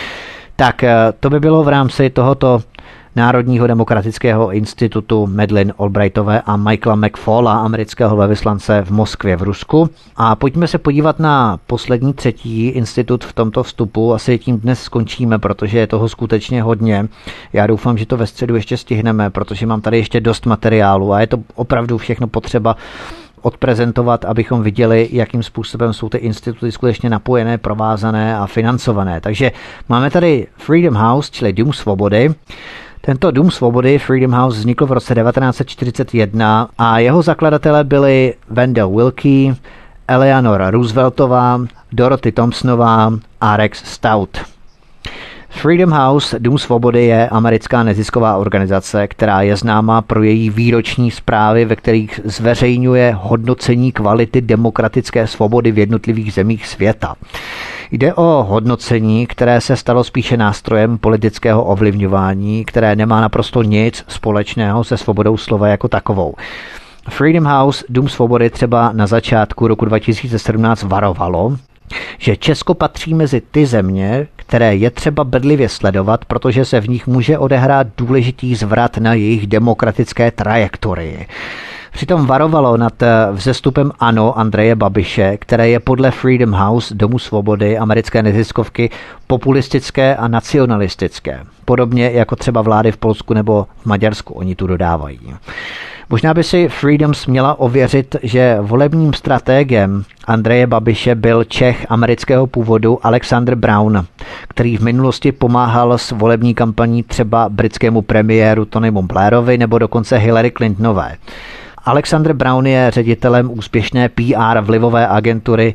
Tak to by bylo v rámci tohoto Národního demokratického institutu Madeleine Albrightové a Michaela McFalla, amerického velvyslance v Moskvě v Rusku. A pojďme se podívat na poslední, třetí institut v tomto vstupu. Asi tím dnes skončíme, protože je toho skutečně hodně. Já doufám, že to ve středu ještě stihneme, protože mám tady ještě dost materiálu a je to opravdu všechno potřeba odprezentovat, abychom viděli, jakým způsobem jsou ty instituty skutečně napojené, provázané a financované. Takže máme tady Freedom House, čili Dům svobody. Tento Dům svobody, Freedom House, vznikl v roce 1941 a jeho zakladatelé byli Wendell Willkie, Eleanor Rooseveltová, Dorothy Thompsonová a Rex Stout. Freedom House, Dům svobody, je americká nezisková organizace, která je známá pro její výroční zprávy, ve kterých zveřejňuje hodnocení kvality demokratické svobody v jednotlivých zemích světa. Jde o hodnocení, které se stalo spíše nástrojem politického ovlivňování, které nemá naprosto nic společného se svobodou slova jako takovou. Freedom House, Dům svobody, třeba na začátku roku 2017 varovalo, že Česko patří mezi ty země, které je třeba bedlivě sledovat, protože se v nich může odehrát důležitý zvrat na jejich demokratické trajektorii. Přitom varovalo nad vzestupem ANO Andreje Babiše, které je podle Freedom House, Domu svobody, americké neziskovky, populistické a nacionalistické. Podobně jako třeba vlády v Polsku nebo v Maďarsku, oni tu dodávají. Možná by si Freedoms měla ověřit, že volebním strategem Andreje Babiše byl Čech amerického původu Alexander Brown, který v minulosti pomáhal s volební kampaní třeba britskému premiéru Tonymu Blairovi nebo dokonce Hillary Clintonové. Alexander Brown je ředitelem úspěšné PR vlivové agentury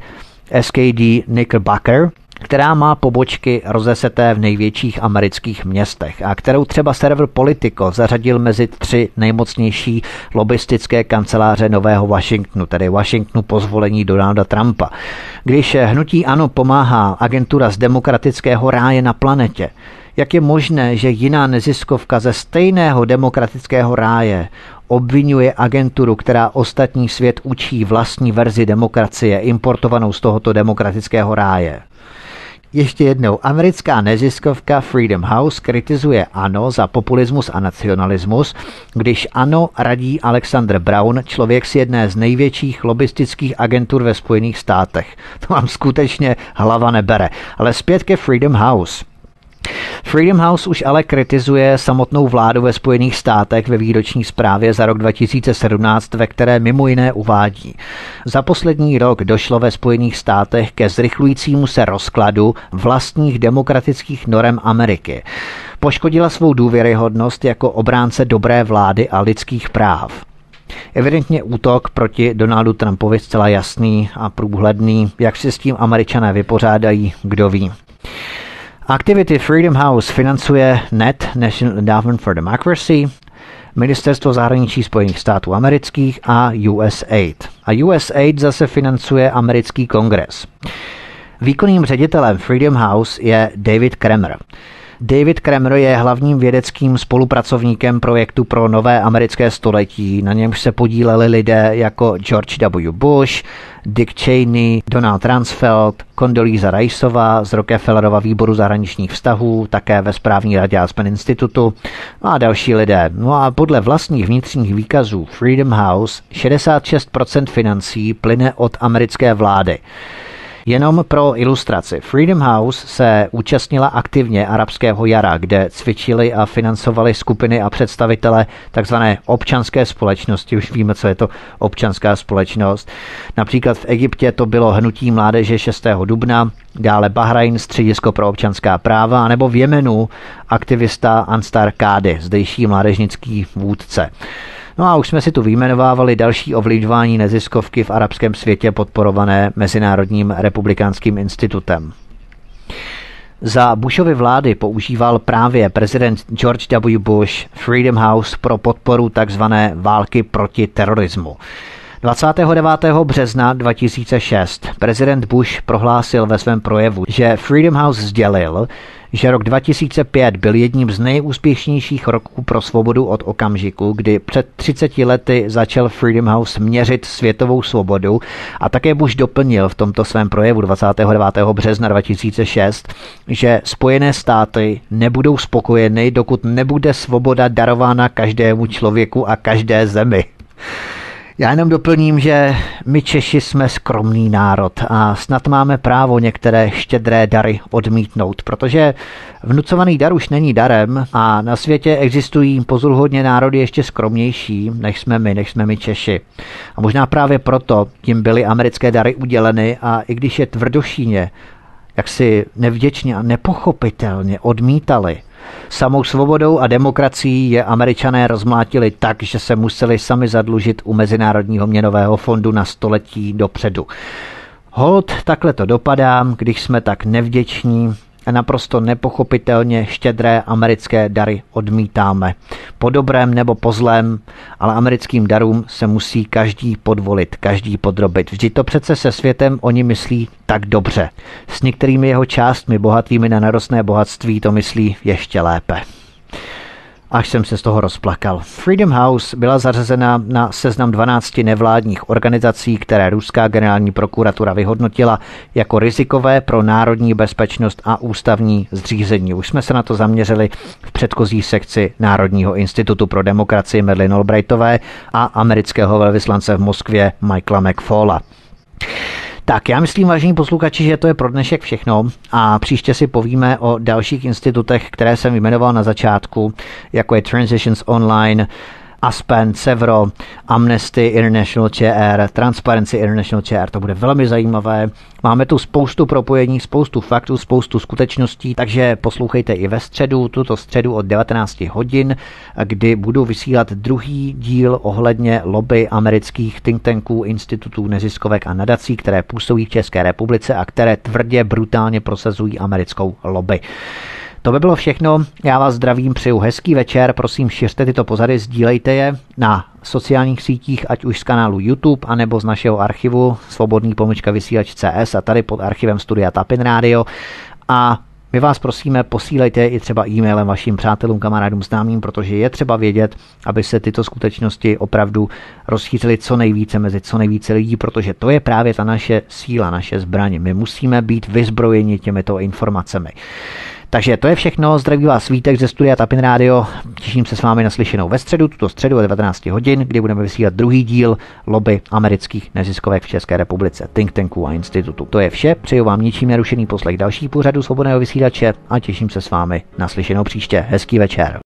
SKD Knickerbocker, která má pobočky rozeseté v největších amerických městech a kterou třeba server Politico zařadil mezi 3 nejmocnější lobistické kanceláře Nového Washingtonu, tedy Washingtonu po zvolení Donalda Trumpa. Když hnutí ANO pomáhá agentura z demokratického ráje na planetě, jak je možné, že jiná neziskovka ze stejného demokratického ráje obvinuje agenturu, která ostatní svět učí vlastní verzi demokracie, importovanou z tohoto demokratického ráje? Ještě jednou, americká neziskovka Freedom House kritizuje ANO za populismus a nacionalismus, když ANO radí Alexander Brown, člověk z jedné z největších lobistických agentur ve Spojených státech. To vám skutečně hlava nebere. Ale zpět ke Freedom House. Freedom House už ale kritizuje samotnou vládu ve Spojených státech ve výroční zprávě za rok 2017, ve které mimo jiné uvádí: za poslední rok došlo ve Spojených státech ke zrychlujícímu se rozkladu vlastních demokratických norem Ameriky. Poškodila svou důvěryhodnost jako obránce dobré vlády a lidských práv. Evidentně útok proti Donaldu Trumpovi zcela jasný a průhledný. Jak si s tím Američané vypořádají, kdo ví. Aktivity Freedom House financuje NED, National Endowment for Democracy, Ministerstvo zahraničí Spojených států amerických a USAID. A USAID zase financuje americký kongres. Výkonným ředitelem Freedom House je David Kramer. David Kramer je hlavním vědeckým spolupracovníkem projektu pro nové americké století, na němž se podíleli lidé jako George W. Bush, Dick Cheney, Donald Rumsfeld, Condoleezza Riceová z Rockefellerova výboru zahraničních vztahů, také ve správní radě Aspen Institutu a další lidé. No a podle vlastních vnitřních výkazů Freedom House 66% financí plyne od americké vlády. Jenom pro ilustraci. Freedom House se účastnila aktivně arabského jara, kde cvičili a financovali skupiny a představitele takzvané občanské společnosti. Už víme, co je to občanská společnost. Například v Egyptě to bylo Hnutí mládeže 6. dubna, dále Bahrajn, Středisko pro občanská práva, anebo v Jemenu aktivista Ansar Kadi, zdejší mládežnický vůdce. No a už jsme si tu vyjmenovávali další ovlivňování neziskovky v arabském světě podporované Mezinárodním republikánským institutem. Za Bushovy vlády používal právě prezident George W. Bush Freedom House pro podporu takzvané války proti terorismu. 29. března 2006 prezident Bush prohlásil ve svém projevu, že Freedom House sdělil, že rok 2005 byl jedním z nejúspěšnějších roků pro svobodu od okamžiku, kdy před 30 lety začal Freedom House měřit světovou svobodu, a také Bush doplnil v tomto svém projevu 29. března 2006, že Spojené státy nebudou spokojeny, dokud nebude svoboda darována každému člověku a každé zemi. Já jenom doplním, že my Češi jsme skromný národ a snad máme právo některé štědré dary odmítnout, protože vnucovaný dar už není darem a na světě existují pozoruhodně národy ještě skromnější, než jsme my Češi. A možná právě proto jim byly americké dary uděleny a i když je tvrdošíně, jaksi nevděčně a nepochopitelně odmítali, samou svobodou a demokracií je Američané rozmlátili tak, že se museli sami zadlužit u Mezinárodního měnového fondu na století dopředu. Holt takhle to dopadá, když jsme tak nevděční a naprosto nepochopitelně štědré americké dary odmítáme. Po dobrém nebo po zlém, ale americkým darům se musí každý podvolit, každý podrobit. Vždyť to přece se světem oni myslí tak dobře. S některými jeho částmi bohatými na nerostné bohatství to myslí ještě lépe. Až jsem se z toho rozplakal. Freedom House byla zařazena na seznam 12 nevládních organizací, které ruská generální prokuratura vyhodnotila jako rizikové pro národní bezpečnost a ústavní zřízení. Už jsme se na to zaměřili v předchozí sekci Národního institutu pro demokracii Madeleine Albrightové a amerického velvyslance v Moskvě Michaela McFalla. Tak, já myslím, vážení posluchači, že to je pro dnešek všechno a příště si povíme o dalších institutech, které jsem jmenoval na začátku, jako je Transitions Online, Aspen, Sevro, Amnesty International ČR, Transparency International ČR, to bude velmi zajímavé. Máme tu spoustu propojení, spoustu faktů, spoustu skutečností, takže poslouchejte i ve středu, tuto středu od 19 hodin, kdy budu vysílat druhý díl ohledně lobby amerických think tanků, institutů, neziskovek a nadací, které působí v České republice a které tvrdě, brutálně prosazují americkou lobby. To by bylo všechno, já vás zdravím, přeju hezký večer, prosím šiřte tyto pozady, sdílejte je na sociálních sítích, ať už z kanálu YouTube, anebo z našeho archivu svobodný-vysílač.CS a tady pod archivem Studia Tapin Radio. A my vás prosíme, posílejte je i třeba e-mailem vašim přátelům, kamarádům, známým, protože je třeba vědět, aby se tyto skutečnosti opravdu rozšířily co nejvíce mezi co nejvíce lidí, protože to je právě ta naše síla, naše zbraň. My musíme být vyzbrojeni těmito informacemi. Takže to je všechno, zdraví vás Vítek ze Studia Tapin Radio, těším se s vámi na slyšenou ve středu, tuto středu o 19 hodin, kdy budeme vysílat druhý díl lobby amerických neziskovek v České republice, think tanků a institutu. To je vše, přeju vám ničím nerušený poslech dalších pořadů Svobodného vysílače a těším se s vámi na slyšenou příště. Hezký večer.